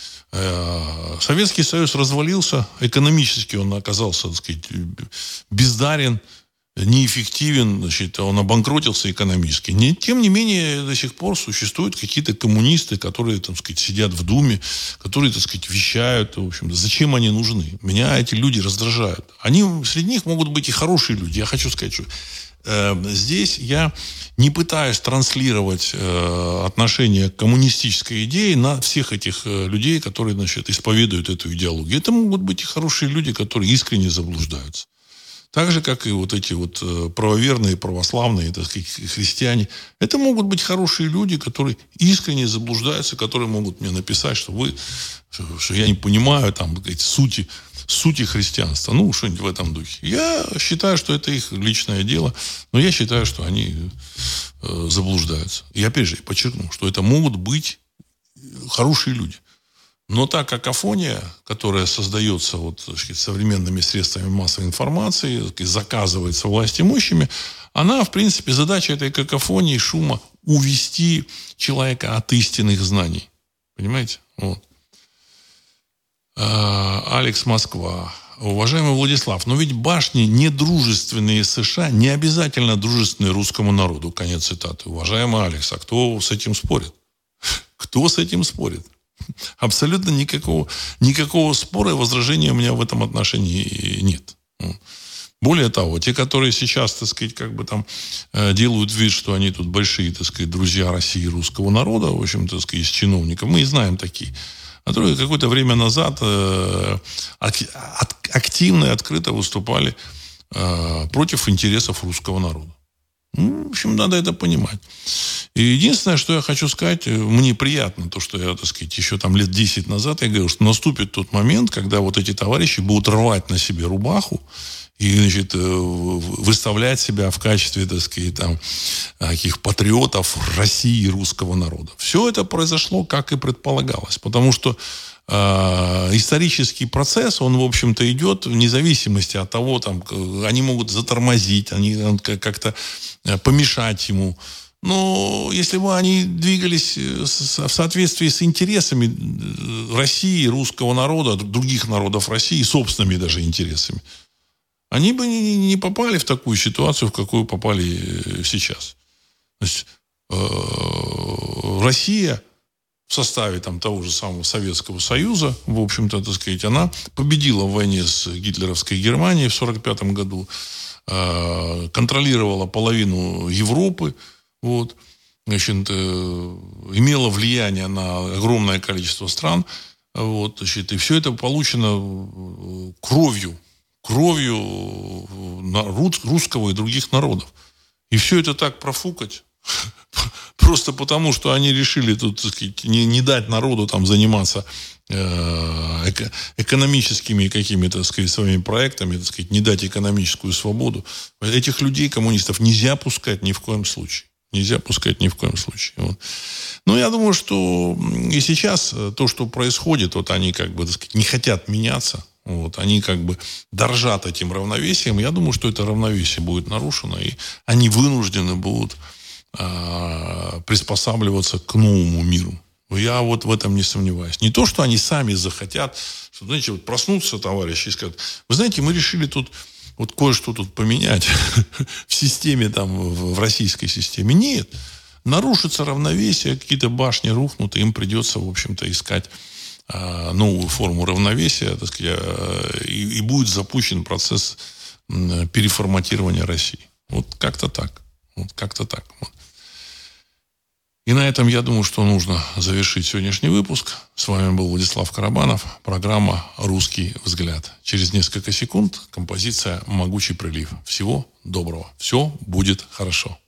Э, Советский Союз развалился, экономически он оказался, так сказать, бездарен, неэффективен, значит, он обанкротился экономически. Не, тем не менее, до сих пор существуют какие-то коммунисты, которые, так сказать, сидят в Думе, которые, так сказать, вещают, в общем-то, зачем они нужны. Меня эти люди раздражают. Они, среди них могут быть и хорошие люди. Я хочу сказать, что э, здесь я не пытаюсь транслировать э, отношение к коммунистической идее на всех этих э, людей, которые, значит, исповедуют эту идеологию. Это могут быть и хорошие люди, которые искренне заблуждаются. Так же, как и вот эти вот правоверные, православные, так сказать, христиане. Это могут быть хорошие люди, которые искренне заблуждаются, которые могут мне написать, что вы, что я не понимаю там, сказать, сути, сути христианства. Ну, что-нибудь в этом духе. Я считаю, что это их личное дело, но я считаю, что они э, заблуждаются. И опять же, подчеркну, что это могут быть хорошие люди. Но та какофония, которая создается вот, так сказать, современными средствами массовой информации, так сказать, заказывается властимущими, она, в принципе, задача этой какофонии, шума, увести человека от истинных знаний. Понимаете? Вот. А, Алекс, Москва. Уважаемый Владислав, но ведь башни недружественные США не обязательно дружественные русскому народу. Конец цитаты. Уважаемый Алекс, а кто с этим спорит? Кто с этим спорит? Абсолютно никакого, никакого спора и возражения у меня в этом отношении нет. Более того, те, которые сейчас, так сказать, как бы там делают вид, что они тут большие, так сказать, друзья России и русского народа, в общем, так сказать, из чиновников, мы и знаем такие, которые какое-то время назад активно и открыто выступали против интересов русского народа. Ну, в общем, надо это понимать. И единственное, что я хочу сказать, мне приятно то, что я, так сказать, еще там лет десять назад я говорил, что наступит тот момент, когда вот эти товарищи будут рвать на себе рубаху и, значит, выставлять себя в качестве, так сказать, там, таких патриотов России и русского народа. Все это произошло, как и предполагалось. Потому что э, исторический процесс, он, в общем-то, идет в независимости от того, там, они могут затормозить, они как-то помешать ему. Но если бы они двигались в соответствии с интересами России, русского народа, других народов России, собственными даже интересами, они бы не попали в такую ситуацию, в какую попали сейчас. То есть, э, Россия в составе там, того же самого Советского Союза, в общем-то, так сказать, она победила в войне с гитлеровской Германией в сорок пятом году, э, контролировала половину Европы, вот, значит, э, имела влияние на огромное количество стран, вот, значит, и все это получено кровью, кровью русского и других народов. И все это так профукать, просто потому, что они решили тут, так сказать, не, не дать народу там заниматься э, эко, экономическими какими-то, так сказать, своими проектами, так сказать, не дать экономическую свободу. Этих людей, коммунистов, нельзя пускать ни в коем случае. Нельзя пускать ни в коем случае. Вот. Но я думаю, что и сейчас то, что происходит, вот они как бы, так сказать, не хотят меняться. Вот, они как бы дорожат этим равновесием. Я думаю, что это равновесие будет нарушено, и они вынуждены будут э, приспосабливаться к новому миру. Я вот в этом не сомневаюсь. Не то, что они сами захотят, что, знаете, вот проснутся товарищи и скажут, вы знаете, мы решили тут вот кое-что тут поменять в системе, там, в российской системе. Нет. Нарушится равновесие, какие-то башни рухнут, и им придется, в общем-то, искать новую форму равновесия, так сказать, и, и будет запущен процесс переформатирования России. Вот как-то так. Вот как-то так. Вот. И на этом, я думаю, что нужно завершить сегодняшний выпуск. С вами был Владислав Карабанов. Программа «Русский взгляд». Через несколько секунд композиция «Могучий прилив». Всего доброго. Все будет хорошо.